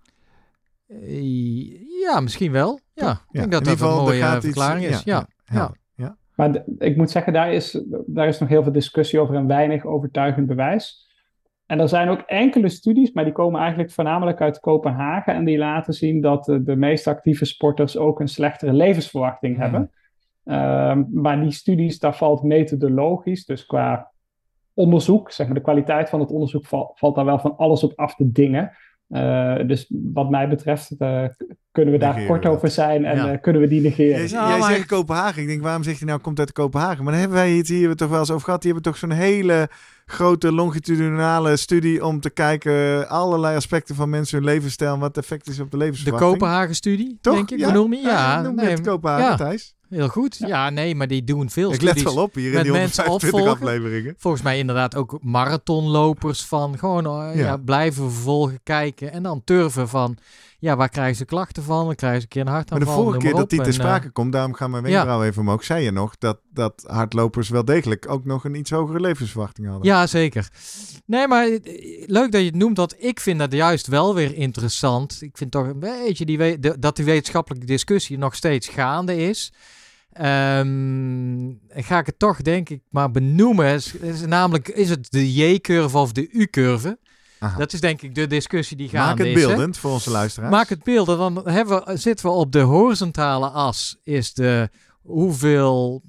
Ja, misschien wel. Ja, ik denk dat dat een mooie verklaring is. Ja. Maar ik moet zeggen, daar is nog heel veel discussie over en weinig overtuigend bewijs. En er zijn ook enkele studies, maar die komen eigenlijk voornamelijk uit Kopenhagen. En die laten zien dat de meest actieve sporters ook een slechtere levensverwachting hebben. Maar die studies, daar valt methodologisch, dus qua onderzoek, zeg maar de kwaliteit van het onderzoek valt daar wel van alles op af te dingen. Dus wat mij betreft kunnen we daar Negeren kort we over zijn en Ja. Kunnen we die negeren. Jij zegt Kopenhagen. Ik denk, waarom zegt hij nou komt uit Kopenhagen? Maar dan hebben wij het hier toch wel eens over gehad. Die hebben toch zo'n hele grote longitudinale studie om te kijken allerlei aspecten van mensen hun levensstijl en wat het effect is op de De levensverwachting. Kopenhagen-studie, Toch? denk ik. Ja. Benoem je? Ja, noem nee, het Kopenhagen, ja. Thijs. Heel goed. Ja, nee, maar die doen veel Ik let studies. wel op hier in met die mensen 125 opvolgen. afleveringen. Volgens mij inderdaad ook marathonlopers van gewoon blijven vervolgen, kijken en dan turven van, waar krijgen ze klachten van? Dan krijgen ze een keer een hartaanval. Maar de vorige keer dat die op. ter sprake komt, daarom gaan mijn wenkbrauwen even omhoog, zei je nog dat hardlopers wel degelijk ook nog een iets hogere levensverwachting hadden. Ja, zeker. Nee, maar leuk dat je het noemt, want ik vind dat juist wel weer interessant. Ik vind toch een beetje dat die wetenschappelijke discussie nog steeds gaande is. Ga ik het toch denk ik maar benoemen. Namelijk, is het de J-curve of de U-curve? Aha. Dat is denk ik de discussie die gaande Maak het is. beeldend voor onze luisteraars. Maak het beeldend. Dan zitten we op de horizontale as. Is de hoeveel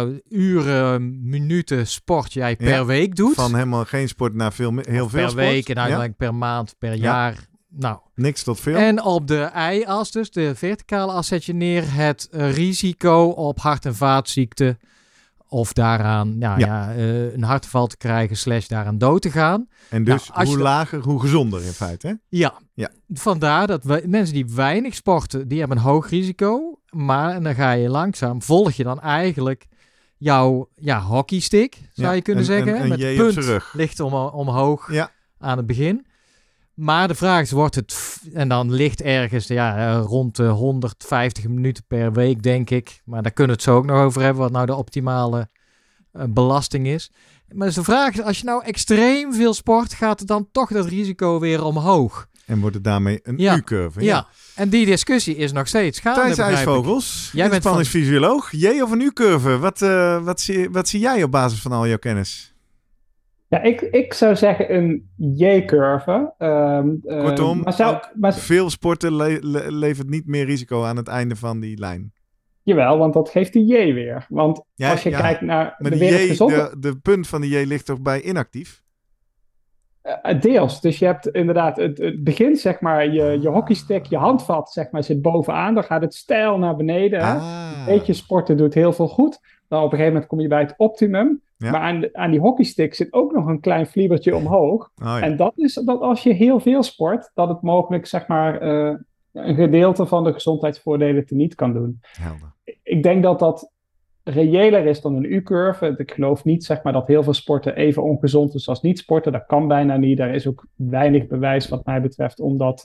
uren, minuten sport jij per week doet. Van helemaal geen sport naar heel veel per sport. week en uiteindelijk per maand, per jaar. Nou. Niks tot veel. En op de Y-as, dus de verticale as, zet je neer het risico op hart- en vaatziekten. Of daaraan een hartaanval te krijgen / daaraan dood te gaan. En dus als hoe je lager, hoe gezonder in feite. Hè? Ja. Ja. Vandaar dat mensen die weinig sporten, die hebben een hoog risico. Maar en dan ga je langzaam, volg je dan eigenlijk jouw hockeystick, zou je kunnen zeggen. Een Met J het op punt zijn rug. ligt omhoog Ja. aan het begin. Maar de vraag is, wordt het... En dan ligt ergens rond de 150 minuten per week, denk ik. Maar daar kunnen we het zo ook nog over hebben, wat nou de optimale belasting is. Maar dus de vraag is, als je nou extreem veel sport, gaat het dan toch dat risico weer omhoog? En wordt het daarmee een U-curve. Ja, en die discussie is nog steeds gaande. Thijs IJsvogels, jij bent inspanningsfysioloog. J of een U-curve? Wat zie jij op basis van al jouw kennis? Ja, ik zou zeggen een J-curve. Kortom, maar veel sporten levert niet meer risico aan het einde van die lijn. Jawel, want dat geeft de J weer. Want als je kijkt naar maar de wereldgezondheid... de punt van de J ligt toch bij inactief? Deels. Dus je hebt inderdaad het begin, zeg maar, je hockeystick, je handvat, zeg maar, zit bovenaan. Dan gaat het steil naar beneden. Een beetje sporten doet heel veel goed. Dan op een gegeven moment kom je bij het optimum. Ja. Maar aan die hockeystick zit ook nog een klein vliebertje omhoog. En dat is dat als je heel veel sport, dat het mogelijk, zeg maar, een gedeelte van de gezondheidsvoordelen teniet kan doen. Helder. Ik denk dat reëler is dan een U-curve. Ik geloof niet, zeg maar, dat heel veel sporten even ongezond is als niet sporten. Dat kan bijna niet. Daar is ook weinig bewijs wat mij betreft om dat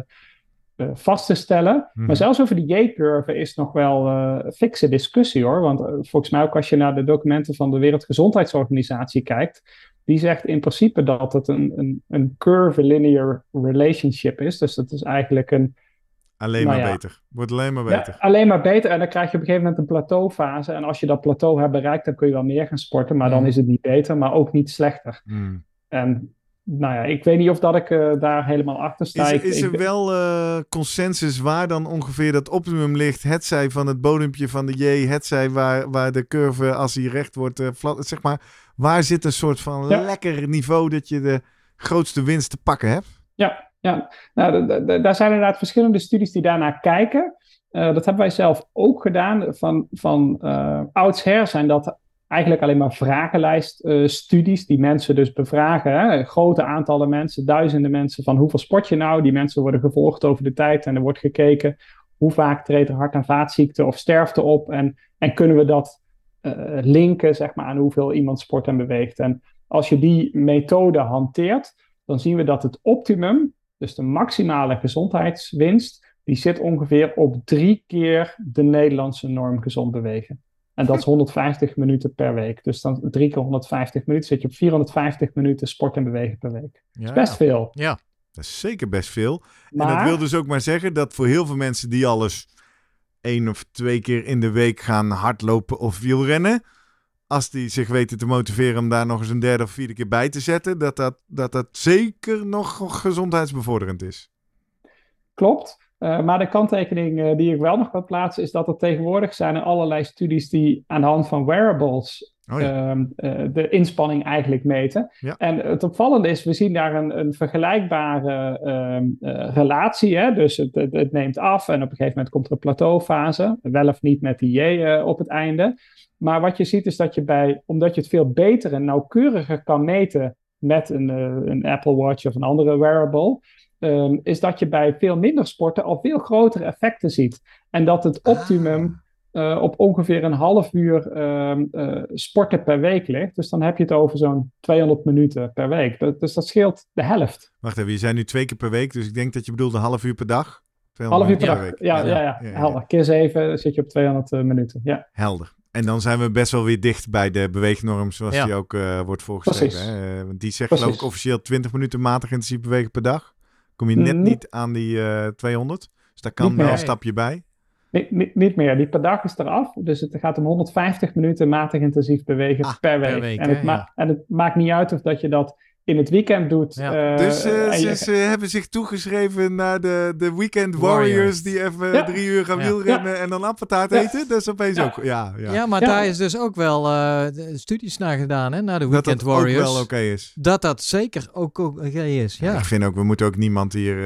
vast te stellen. Maar zelfs over de J-curve is nog wel een fikse discussie, hoor. Want volgens mij ook als je naar de documenten van de Wereldgezondheidsorganisatie kijkt, die zegt in principe dat het een curvilinear relationship is. Dus dat is eigenlijk alleen maar beter. Wordt alleen maar beter. Ja, alleen maar beter. En dan krijg je op een gegeven moment een plateaufase. En als je dat plateau hebt bereikt, dan kun je wel meer gaan sporten. Maar dan is het niet beter, maar ook niet slechter. En nou ja, ik weet niet of dat ik daar helemaal achter sta. Is er wel consensus waar dan ongeveer dat optimum ligt? Hetzij van het bodempje van de J, hetzij waar de curve, als die recht wordt, zeg maar. Waar zit een soort van lekker niveau dat je de grootste winst te pakken hebt? Ja, nou, daar zijn inderdaad verschillende studies die daarnaar kijken. Dat hebben wij zelf ook gedaan. Van oudsher zijn dat eigenlijk alleen maar vragenlijststudies die mensen dus bevragen. Hè? Grote aantallen mensen, duizenden mensen, van hoeveel sport je nou? Die mensen worden gevolgd over de tijd en er wordt gekeken hoe vaak treedt er hart- en vaatziekte of sterfte op. En kunnen we dat linken, zeg maar, aan hoeveel iemand sport en beweegt. En als je die methode hanteert, dan zien we dat het optimum, dus de maximale gezondheidswinst, die zit ongeveer op 3 keer de Nederlandse norm gezond bewegen. En dat is 150 minuten per week. Dus dan 3 keer 150 minuten zit je op 450 minuten sport en bewegen per week. Dat is best veel. Ja, dat is zeker best veel. Maar, en dat wil dus ook maar zeggen dat voor heel veel mensen die alles 1 of 2 keer in de week gaan hardlopen of wielrennen, als die zich weten te motiveren om daar nog eens een 3e of 4e keer bij te zetten, dat zeker nog gezondheidsbevorderend is. Klopt. Maar de kanttekening die ik wel nog wil plaatsen is dat er tegenwoordig zijn allerlei studies die aan de hand van wearables de inspanning eigenlijk meten. Ja. En het opvallende is, we zien daar een vergelijkbare relatie. Hè? Dus het neemt af en op een gegeven moment komt er een plateaufase. Wel of niet met die J op het einde. Maar wat je ziet is dat omdat je het veel beter en nauwkeuriger kan meten met een Apple Watch of een andere wearable, is dat je bij veel minder sporten al veel grotere effecten ziet. En dat het optimum op ongeveer een half uur sporten per week ligt. Dus dan heb je het over zo'n 200 minuten per week. Dus dat scheelt de helft. Wacht even, je zei nu 2 keer per week, dus ik denk dat je bedoelt een half uur per dag? Half uur per dag, ja. Helder. Keer 7 dan zit je op 200 minuten, ja. Helder. En dan zijn we best wel weer dicht bij de beweegnorm zoals die ook wordt voorgeschreven. Want die zegt geloof ik officieel 20 minuten matig intensief bewegen per dag. Kom je net niet aan die 200. Dus daar kan wel een stapje bij. Niet meer. Die per dag is eraf. Dus het gaat om 150 minuten matig intensief bewegen per week. En het maakt niet uit of dat je dat in het weekend doet. Ja. Dus ze hebben zich toegeschreven naar de Weekend Warriors die even 3 uur gaan wielrennen en dan appeltaart eten. Dat is opeens ook... Ja, maar daar is dus ook wel studies naar gedaan, hè, naar de Weekend Warriors. Dat ook wel oké is. Dat zeker ook oké is, ja. Ik vind ook, we moeten ook niemand hier...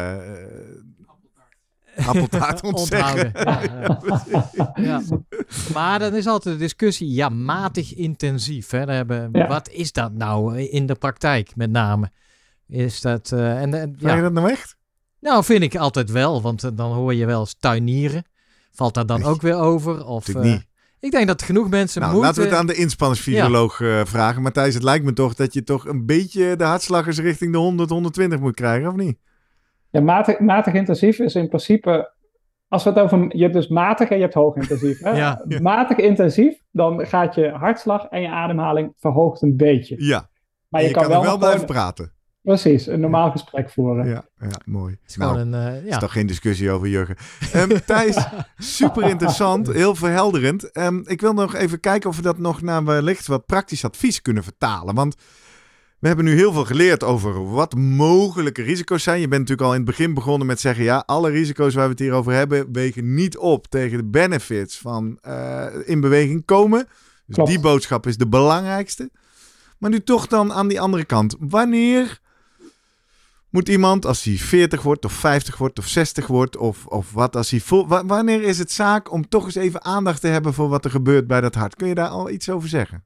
appeltaart ontzeggen. Ja. Maar dan is altijd de discussie, matig intensief. Hè? Wat is dat nou in de praktijk met name? Is dat... Vind je dat nou echt? Nou, vind ik altijd wel, want dan hoor je wel eens tuinieren. Valt dat dan ook weer over? Of, niet. Ik denk dat genoeg mensen moeten... Laten we het aan de inspanningsfysioloog vragen. Matthijs, het lijkt me toch dat je toch een beetje de hartslag richting de 100, 120 moet krijgen, of niet? Ja, matig intensief is in principe, als we het over, je hebt dus matig en je hebt hoog intensief. Hè? Matig intensief, dan gaat je hartslag en je ademhaling verhoogt een beetje. Ja, maar je kan wel blijven praten. Precies, een normaal gesprek voeren. Ja, mooi. Het is toch geen discussie over Jurgen. Thijs, super interessant, heel verhelderend. Ik wil nog even kijken of we dat nog naar wellicht wat praktisch advies kunnen vertalen. Want we hebben nu heel veel geleerd over wat mogelijke risico's zijn. Je bent natuurlijk al in het begin begonnen met zeggen... alle risico's waar we het hier over hebben... wegen niet op tegen de benefits van in beweging komen. Dus Klopt. Die boodschap is de belangrijkste. Maar nu toch dan aan die andere kant. Wanneer moet iemand, als hij 40 wordt of 50 wordt of 60 wordt... of wat als hij wanneer is het zaak om toch eens even aandacht te hebben... voor wat er gebeurt bij dat hart? Kun je daar al iets over zeggen?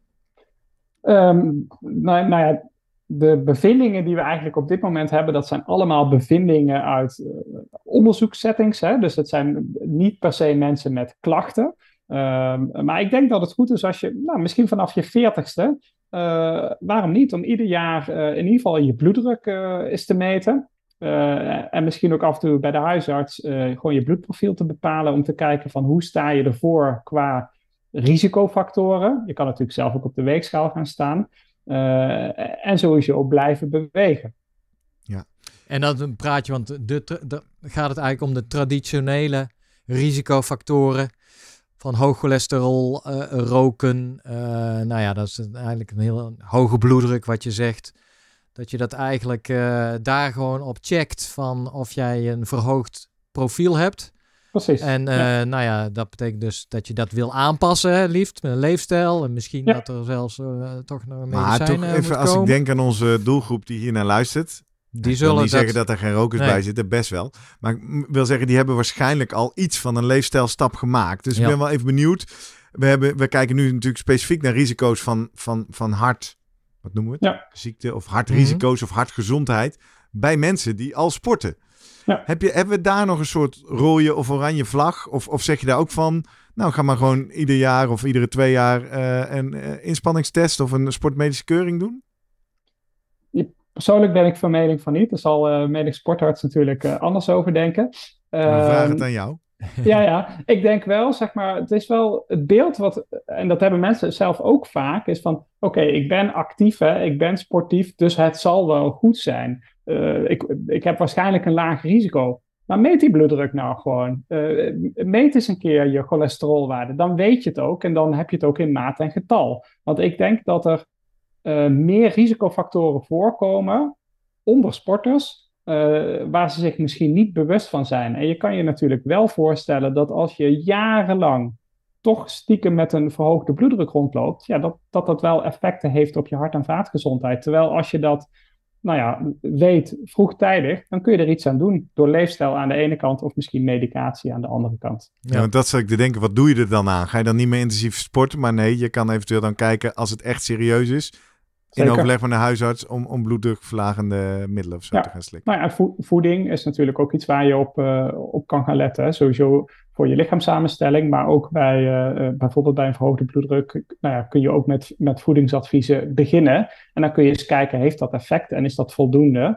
De bevindingen die we eigenlijk op dit moment hebben, dat zijn allemaal bevindingen uit onderzoekssettings. Hè? Dus dat zijn niet per se mensen met klachten. Maar ik denk dat het goed is als je, misschien vanaf je 40ste, waarom niet? Om ieder jaar in ieder geval je bloeddruk eens te meten. En misschien ook af en toe bij de huisarts gewoon je bloedprofiel te bepalen om te kijken van hoe sta je ervoor qua risicofactoren. Je kan natuurlijk zelf ook op de weegschaal gaan staan. En sowieso blijven bewegen. Ja. En dan praat je, want gaat het eigenlijk om de traditionele risicofactoren van hoog cholesterol, roken. Dat is eigenlijk een heel hoge bloeddruk wat je zegt. Dat je dat eigenlijk daar gewoon op checkt van of jij een verhoogd profiel hebt. Precies. En dat betekent dus dat je dat wil aanpassen, hè, liefst met een leefstijl. En misschien dat er zelfs toch nog een medicijn Maar toch even, als ik denk aan onze doelgroep die hier naar luistert. Die zullen niet zeggen dat er geen rokers bij zitten, best wel. Maar ik wil zeggen, die hebben waarschijnlijk al iets van een leefstijlstap gemaakt. Dus ik ben wel even benieuwd. We kijken nu natuurlijk specifiek naar risico's van hart. Wat noemen we het? Ziekte of hartrisico's of hartgezondheid bij mensen die al sporten. Ja. Hebben we daar nog een soort rode of oranje vlag? Of zeg je daar ook van... ga maar gewoon ieder jaar of iedere 2 jaar een inspanningstest of een sportmedische keuring doen? Persoonlijk ben ik van mening van niet. Daar zal medisch sportarts natuurlijk anders over denken. We vragen het aan jou. Ja, ik denk wel, het is wel het beeld wat... En dat hebben mensen zelf ook vaak, is van... Oké, ik ben actief, hè, ik ben sportief, dus het zal wel goed zijn. Ik heb waarschijnlijk een laag risico. Maar meet die bloeddruk nou gewoon. Meet eens een keer je cholesterolwaarde. Dan weet je het ook en dan heb je het ook in maat en getal. Want ik denk dat er meer risicofactoren voorkomen onder sporters... waar ze zich misschien niet bewust van zijn. En je kan je natuurlijk wel voorstellen dat als je jarenlang toch stiekem met een verhoogde bloeddruk rondloopt, ja, dat wel effecten heeft op je hart- en vaatgezondheid. Terwijl als je dat weet vroegtijdig, dan kun je er iets aan doen. Door leefstijl aan de ene kant of misschien medicatie aan de andere kant. Ja, want dat zou ik te denken, wat doe je er dan aan? Ga je dan niet meer intensief sporten? Maar nee, je kan eventueel dan kijken als het echt serieus is, in overleg met een huisarts, om bloeddrukverlagende middelen of zo te gaan slikken. Nou ja, voeding is natuurlijk ook iets waar je op kan gaan letten. Hè. Sowieso voor je lichaamssamenstelling, maar ook bijvoorbeeld bij een verhoogde bloeddruk kun je ook met voedingsadviezen beginnen. En dan kun je eens kijken, heeft dat effect en is dat voldoende?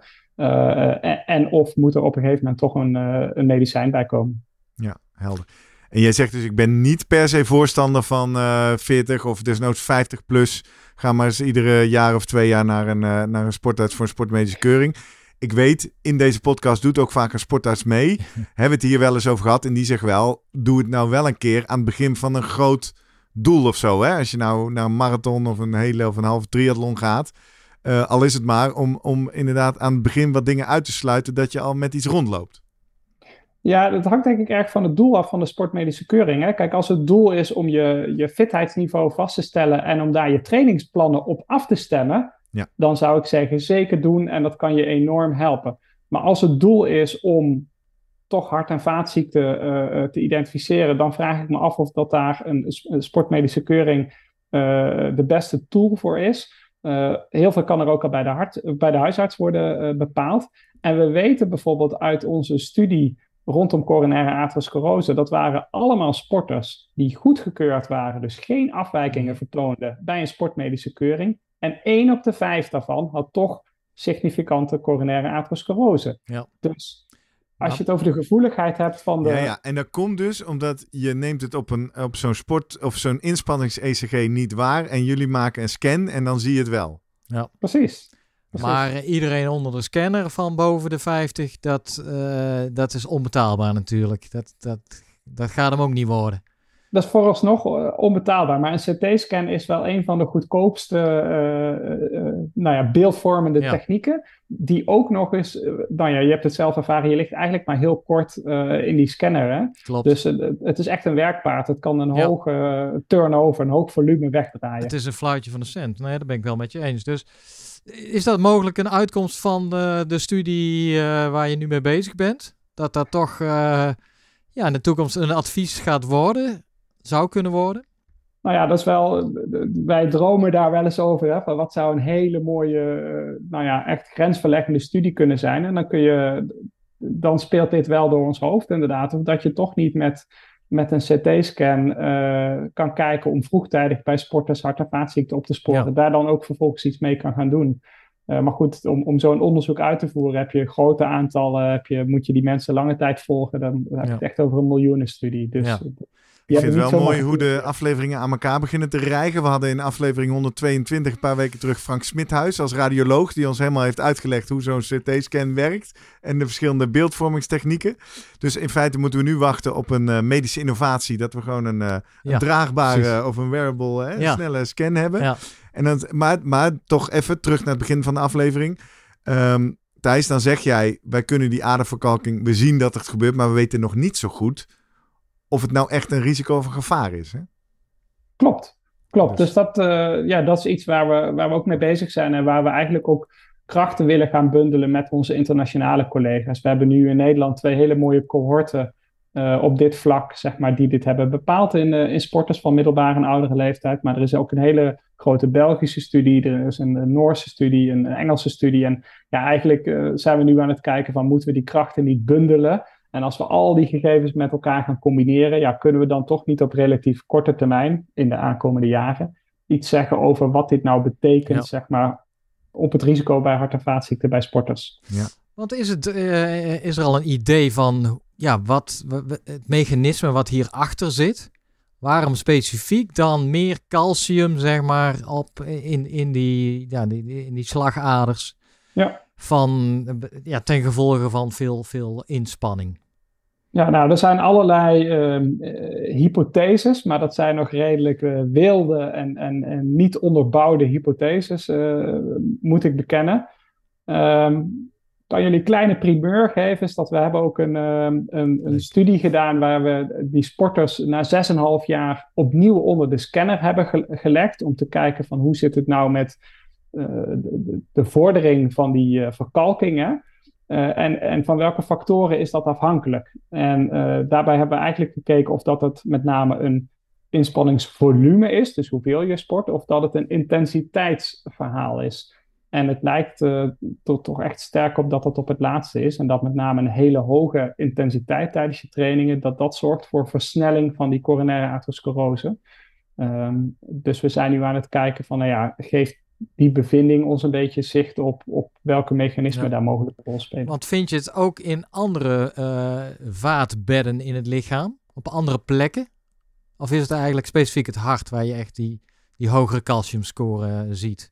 En of moet er op een gegeven moment toch een medicijn bij komen? Ja, helder. En jij zegt dus, ik ben niet per se voorstander van 40 of desnoods 50 plus. Ga maar eens iedere jaar of 2 jaar naar een sportarts voor een sportmedische keuring. Ik weet, in deze podcast doet ook vaak een sportarts mee. Hebben we het hier wel eens over gehad. En die zegt wel, doe het nou wel een keer aan het begin van een groot doel of zo. Hè? Als je nou naar een marathon of een hele of een halve triathlon gaat. Al is het maar om inderdaad aan het begin wat dingen uit te sluiten, dat je al met iets rondloopt. Ja, dat hangt denk ik erg van het doel af van de sportmedische keuring. Hè? Kijk, als het doel is om je fitheidsniveau vast te stellen en om daar je trainingsplannen op af te stemmen, dan zou ik zeggen zeker doen en dat kan je enorm helpen. Maar als het doel is om toch hart- en vaatziekten te identificeren, dan vraag ik me af of dat daar een sportmedische keuring de beste tool voor is. Heel veel kan er ook al bij de huisarts worden bepaald. En we weten bijvoorbeeld uit onze studie rondom coronaire atherosclerose, dat waren allemaal sporters die goedgekeurd waren, dus geen afwijkingen vertoonden bij een sportmedische keuring. En 1 op de 5 daarvan had toch significante coronaire atherosclerose. Ja. Dus als je het over de gevoeligheid hebt van de... Ja, en dat komt dus omdat je neemt het op zo'n sport of zo'n inspannings-ECG niet waar en jullie maken een scan en dan zie je het wel. Ja. Precies. Maar iedereen onder de scanner van boven de 50, dat is onbetaalbaar natuurlijk. Dat gaat hem ook niet worden. Dat is vooralsnog onbetaalbaar. Maar een CT-scan is wel een van de goedkoopste beeldvormende technieken. Die ook nog eens, je hebt het zelf ervaren, je ligt eigenlijk maar heel kort in die scanner. Hè? Klopt. Dus het is echt een werkpaard. Het kan een hoge turnover, een hoog volume wegdraaien. Het is een fluitje van de cent. Nee, daar ben ik wel met je eens. Dus is dat mogelijk een uitkomst van de studie waar je nu mee bezig bent? Dat toch in de toekomst een advies gaat worden? Zou kunnen worden? Nou ja, dat is wel... Wij dromen daar wel eens over. Hè, van wat zou een hele mooie, echt grensverleggende studie kunnen zijn. En dan speelt dit wel door ons hoofd inderdaad. Of dat je toch niet met een CT-scan kan kijken om vroegtijdig bij sporters hart- en vaatziekten op te sporen. Ja. Daar dan ook vervolgens iets mee kan gaan doen. Maar goed, om zo'n onderzoek uit te voeren heb je grote aantallen, moet je die mensen lange tijd volgen. Dan heb je het echt over een miljoenenstudie. Dus ik vind het wel mooi hoe de afleveringen aan elkaar beginnen te rijgen. We hadden in aflevering 122 een paar weken terug Frank Smithuis als radioloog, die ons helemaal heeft uitgelegd hoe zo'n CT-scan werkt en de verschillende beeldvormingstechnieken. Dus in feite moeten we nu wachten op een medische innovatie, dat we gewoon een draagbare of een wearable snelle scan hebben. Ja. En dan, maar toch even terug naar het begin van de aflevering. Thijs, dan zeg jij, wij kunnen die aderverkalking, we zien dat het gebeurt, maar we weten nog niet zo goed of het nou echt een risico of een gevaar is. Hè? Klopt. Dus dat is iets waar we ook mee bezig zijn en waar we eigenlijk ook krachten willen gaan bundelen met onze internationale collega's. We hebben nu in Nederland 2 hele mooie cohorten op dit vlak, zeg maar, die dit hebben bepaald in sporters van middelbare en oudere leeftijd. Maar er is ook een hele grote Belgische studie, er is een Noorse studie, een Engelse studie. En eigenlijk zijn we nu aan het kijken van, moeten we die krachten niet bundelen? En als we al die gegevens met elkaar gaan combineren, kunnen we dan toch niet op relatief korte termijn, in de aankomende jaren, iets zeggen over wat dit nou betekent, zeg maar, op het risico bij hart- en vaatziekten bij sporters. Ja. Want is er al een idee van wat het mechanisme wat hierachter zit? Waarom specifiek dan meer calcium, zeg maar, in die slagaders? Ten gevolge van veel inspanning. Ja, nou, er zijn allerlei hypotheses, maar dat zijn nog redelijk wilde en niet onderbouwde hypotheses, moet ik bekennen. kan jullie een kleine primeur geven, is dat we hebben ook een studie gedaan waar we die sporters na 6,5 jaar opnieuw onder de scanner hebben gelegd om te kijken van hoe zit het nou met de vordering van die verkalkingen. En van welke factoren is dat afhankelijk? En daarbij hebben we eigenlijk gekeken of dat het met name een inspanningsvolume is, dus hoeveel je sport, of dat het een intensiteitsverhaal is. En het lijkt toch echt sterk op dat het op het laatste is. En dat met name een hele hoge intensiteit tijdens je trainingen, dat zorgt voor versnelling van die coronaire atherosclerose. Dus we zijn nu aan het kijken van, geeft die bevinding ons een beetje zicht op welke mechanismen daar mogelijk een rol spelen. Want vind je het ook in andere vaatbedden in het lichaam, op andere plekken? Of is het eigenlijk specifiek het hart waar je echt die hogere calciumscore ziet?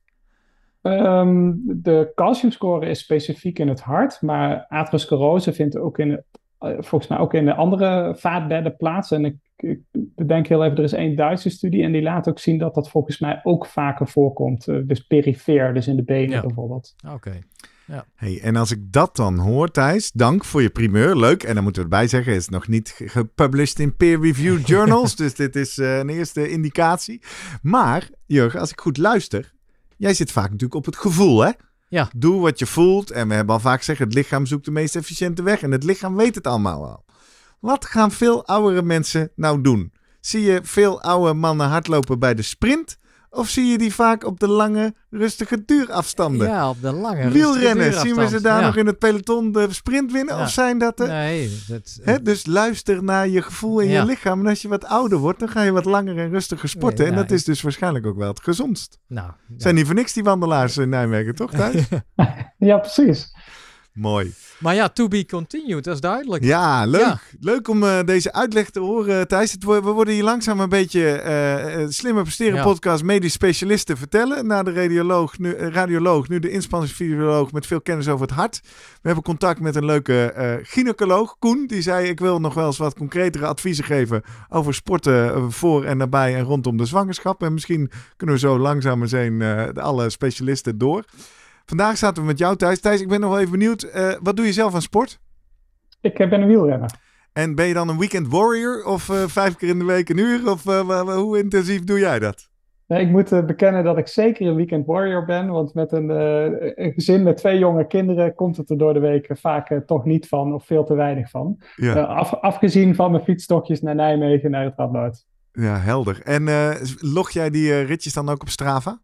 De calciumscore is specifiek in het hart, maar atherosclerose vindt ook volgens mij ook in de andere vaatbedden plaats. En ik bedenk heel even, er is 1 Duitse studie en die laat ook zien dat dat volgens mij ook vaker voorkomt. Dus perifeer, dus in de benen bijvoorbeeld. Oké. Ja. Hey, en als ik dat dan hoor, Thijs, dank voor je primeur. Leuk. En dan moeten we erbij zeggen, het is nog niet gepublished in peer-reviewed journals. Dus dit is een eerste indicatie. Maar, Jurgen, als ik goed luister, jij zit vaak natuurlijk op het gevoel, hè? Ja. Doe wat je voelt. En we hebben al vaak gezegd, het lichaam zoekt de meest efficiënte weg. En het lichaam weet het allemaal al. Wat gaan veel oudere mensen nou doen? Zie je veel oude mannen hardlopen bij de sprint? Of zie je die vaak op de lange, rustige duurafstanden? Ja, op de lange, wielrennen, zien we ze daar nog in het peloton de sprint winnen? Ja. Of zijn dat de... Nee. Dus luister naar je gevoel in je lichaam. En als je wat ouder wordt, dan ga je wat langer en rustiger sporten. En dat is dus waarschijnlijk ook wel het gezondst. Zijn niet voor niks die wandelaars in Nijmegen, toch, Thijs? Ja, precies. Mooi. Maar ja, to be continued, dat is duidelijk. Ja, leuk. Ja. Leuk om deze uitleg te horen, Thijs. We worden hier langzaam een beetje slimmer presteren podcast medisch specialisten vertellen. Na de radioloog, nu de inspanningsfysioloog met veel kennis over het hart. We hebben contact met een leuke gynaecoloog, Koen. Die zei, ik wil nog wel eens wat concretere adviezen geven over sporten voor en nabij en rondom de zwangerschap. En misschien kunnen we zo langzaam eens alle specialisten door. Vandaag zaten we met jou, Thijs. Thijs, ik ben nog wel even benieuwd. Wat doe je zelf aan sport? Ik ben een wielrenner. En ben je dan een weekend warrior? Of 5 keer in de week een uur? Of hoe intensief doe jij dat? Nee, ik moet bekennen dat ik zeker een weekend warrior ben. Want met een gezin met 2 jonge kinderen komt het er door de week vaak toch niet van. Of veel te weinig van. Ja. Afgezien van mijn fietstochtjes naar Nijmegen, naar het Radboud. Ja, helder. En log jij die ritjes dan ook op Strava?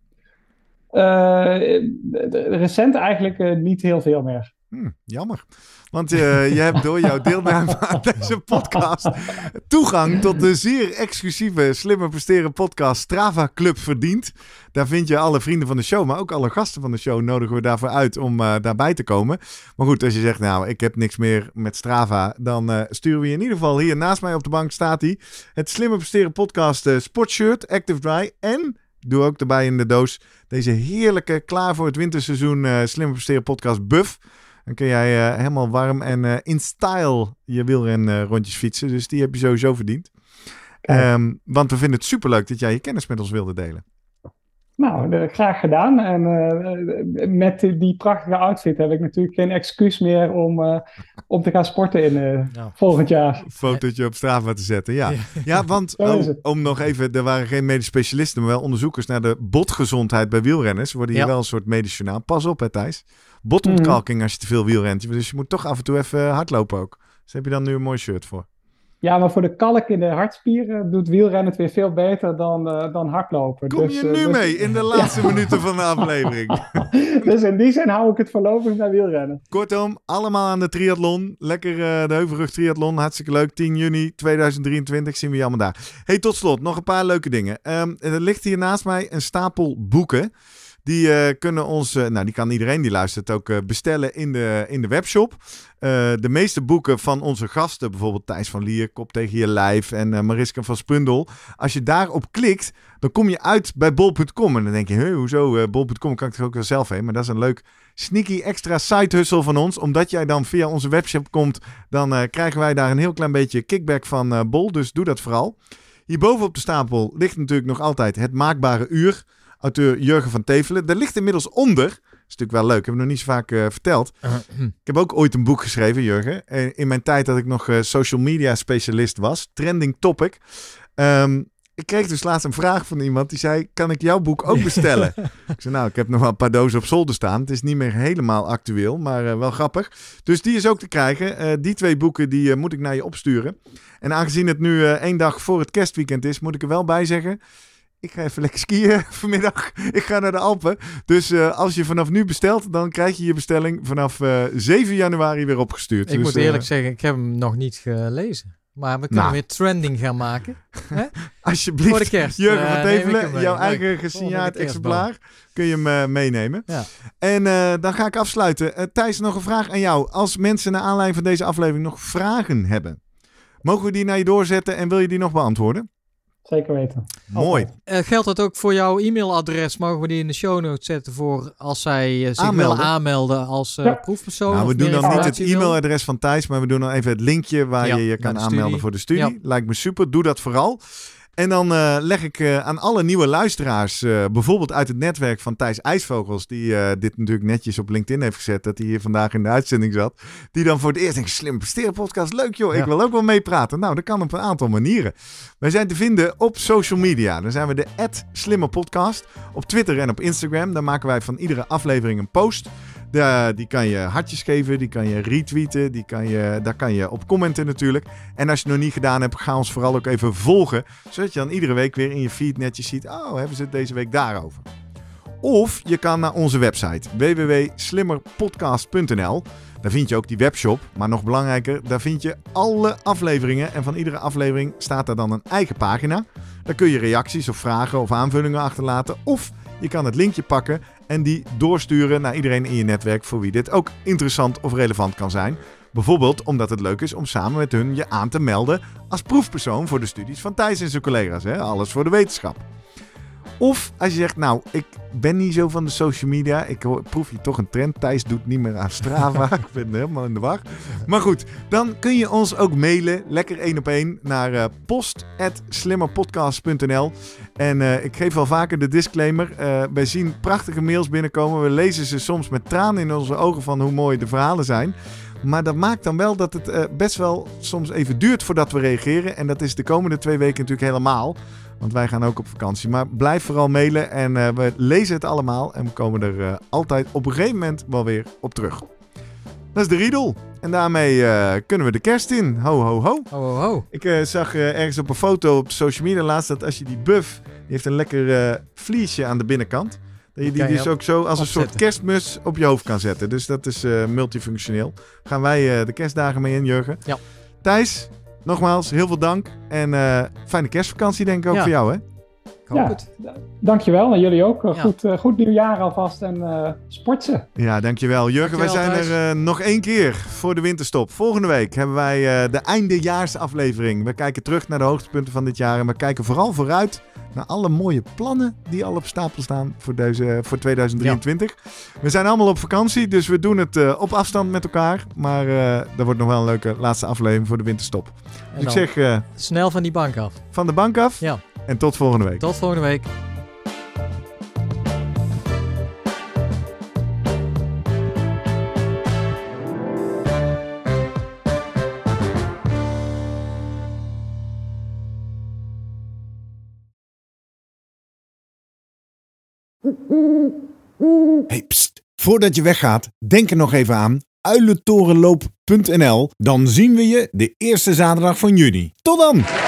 Recent eigenlijk niet heel veel meer. Jammer. Want je hebt door jouw deelname aan deze podcast toegang tot de zeer exclusieve Slimmer Presteren podcast Strava Club verdiend. Daar vind je alle vrienden van de show, maar ook alle gasten van de show nodigen we daarvoor uit om daarbij te komen. Maar goed, als je zegt, nou, ik heb niks meer met Strava, dan sturen we je in ieder geval hier naast mij op de bank staat hij. Het Slimmer Presteren podcast sportshirt, Active Dry en... Doe ook erbij in de doos deze heerlijke, klaar voor het winterseizoen Slimmer Presteren podcast Buff. Dan kun jij helemaal warm en in style je wielrenrondjes fietsen. Dus die heb je sowieso verdiend. Want we vinden het superleuk dat jij je kennis met ons wilde delen. Nou, graag gedaan. En met die prachtige outfit heb ik natuurlijk geen excuus meer om te gaan sporten in volgend jaar. Een fotootje op Strava te zetten, ja, want om nog even, er waren geen medisch specialisten, maar wel onderzoekers naar de botgezondheid bij wielrenners. Worden hier wel een soort medisch journaal. Pas op, hè, Thijs. Botontkalking als je te veel wielrent. Dus je moet toch af en toe even hardlopen ook. Dus heb je dan nu een mooi shirt voor. Ja, maar voor de kalk in de hartspieren doet wielrennen het weer veel beter dan hardlopen. Kom je nu mee in de laatste minuten van de aflevering? Dus in die zin hou ik het voorlopig naar wielrennen. Kortom, allemaal aan de triathlon. Lekker de Heuvelrug triathlon. Hartstikke leuk. 10 juni 2023 zien we je allemaal daar. Hey, tot slot, nog een paar leuke dingen. Er ligt hier naast mij een stapel boeken. Die kunnen ons, die kan iedereen die luistert ook bestellen in de webshop. De meeste boeken van onze gasten, bijvoorbeeld Thijs van Lier, Kop tegen je lijf en Mariska van Spundel. Als je daarop klikt, dan kom je uit bij bol.com. En dan denk je, hoezo bol.com, kan ik er ook wel zelf heen. Maar dat is een leuk sneaky extra side hustle van ons. Omdat jij dan via onze webshop komt, dan krijgen wij daar een heel klein beetje kickback van Bol. Dus doe dat vooral. Hierboven op de stapel ligt natuurlijk nog altijd Het Maakbare Uur. Auteur Jurgen van Tevelen. Daar ligt inmiddels onder natuurlijk wel leuk. Ik heb het nog niet zo vaak verteld. Ik heb ook ooit een boek geschreven, Jurgen. In mijn tijd dat ik nog social media specialist was. Trending Topic. Ik kreeg dus laatst een vraag van iemand die zei, kan ik jouw boek ook bestellen? Ik zei, nou, ik heb nog wel een paar dozen op zolder staan. Het is niet meer helemaal actueel, maar wel grappig. Dus die is ook te krijgen. Die 2 boeken die moet ik naar je opsturen. En aangezien het nu 1 dag voor het kerstweekend is, moet ik er wel bij zeggen, ik ga even lekker skiën vanmiddag. Ik ga naar de Alpen. Dus als je vanaf nu bestelt, dan krijg je je bestelling vanaf 7 januari weer opgestuurd. Ik moet eerlijk zeggen, ik heb hem nog niet gelezen. Maar we kunnen weer trending gaan maken. Hè? Alsjeblieft, voor de kerst. Jurgen van Tevelen, jouw eigen gesigneerd exemplaar. Kun je hem meenemen. Ja. En dan ga ik afsluiten. Thijs, nog een vraag aan jou. Als mensen naar aanleiding van deze aflevering nog vragen hebben, mogen we die naar je doorzetten en wil je die nog beantwoorden? Zeker weten. Mooi. Geldt dat ook voor jouw e-mailadres? Mogen we die in de show notes zetten voor als zij zich willen aanmelden als proefpersoon? Nou, we doen dan niet het wil? e-mailadres van Thijs, maar we doen dan even het linkje waar je kan aanmelden voor de studie. Ja. Lijkt me super. Doe dat vooral. En dan leg ik aan alle nieuwe luisteraars, bijvoorbeeld uit het netwerk van Thijs IJsvogels, die dit natuurlijk netjes op LinkedIn heeft gezet, dat hij hier vandaag in de uitzending zat, die dan voor het eerst denkt, slim presteren podcast, leuk joh, ik wil ook wel meepraten. Nou, dat kan op een aantal manieren. Wij zijn te vinden op social media. Dan zijn we de @slimmerpodcast op Twitter en op Instagram. Daar maken wij van iedere aflevering een post. Die kan je hartjes geven, die kan je retweeten, daar kan je op commenten natuurlijk. En als je het nog niet gedaan hebt, ga ons vooral ook even volgen, zodat je dan iedere week weer in je feed netjes ziet, oh, hebben ze het deze week daarover. Of je kan naar onze website www.slimmerpodcast.nl. Daar vind je ook die webshop, maar nog belangrijker, daar vind je alle afleveringen. En van iedere aflevering staat daar dan een eigen pagina. Daar kun je reacties of vragen of aanvullingen achterlaten. Of je kan het linkje pakken en die doorsturen naar iedereen in je netwerk voor wie dit ook interessant of relevant kan zijn. Bijvoorbeeld omdat het leuk is om samen met hun je aan te melden als proefpersoon voor de studies van Thijs en zijn collega's. Hè? Alles voor de wetenschap. Of als je zegt, nou, ik ben niet zo van de social media. Ik proef hier toch een trend. Thijs doet niet meer aan Strava. Ik ben helemaal in de war. Maar goed, dan kun je ons ook mailen. Lekker 1-op-1 naar post@slimmerpodcast.nl. En ik geef wel vaker de disclaimer. Wij zien prachtige mails binnenkomen. We lezen ze soms met tranen in onze ogen van hoe mooi de verhalen zijn. Maar dat maakt dan wel dat het best wel soms even duurt voordat we reageren. En dat is de komende 2 weken natuurlijk helemaal. Want wij gaan ook op vakantie. Maar blijf vooral mailen en we lezen het allemaal. En we komen er altijd op een gegeven moment wel weer op terug. Dat is de riedel. En daarmee kunnen we de kerst in. Ho, ho, ho. Ho, ho, ho. Ik zag ergens op een foto op social media laatst dat als je die buff, die heeft een lekker vliesje aan de binnenkant. Dat je die dus ook zo als een soort kerstmus op je hoofd kan zetten. Dus dat is multifunctioneel. Gaan wij de kerstdagen mee in, Jurgen. Ja. Thijs, nogmaals, heel veel dank. En fijne kerstvakantie denk ik ook voor jou, hè? Ik hoop het. Dankjewel en jullie ook. Goed nieuwjaar alvast en sportsen. Ja, dankjewel. Jurgen, wij zijn er nog 1 keer voor de winterstop. Volgende week hebben wij de eindejaarsaflevering. We kijken terug naar de hoogtepunten van dit jaar. En we kijken vooral vooruit naar alle mooie plannen die al op stapel staan voor 2023. Ja. We zijn allemaal op vakantie, dus we doen het op afstand met elkaar. Maar dat wordt nog wel een leuke laatste aflevering voor de winterstop. Dus ik zeg... snel van die bank af. Van de bank af? Ja. En tot volgende week. Tot volgende week. Hey, pst. Voordat je weggaat, denk er nog even aan. uilentorenloop.nl. Dan zien we je de eerste zaterdag van juni. Tot dan!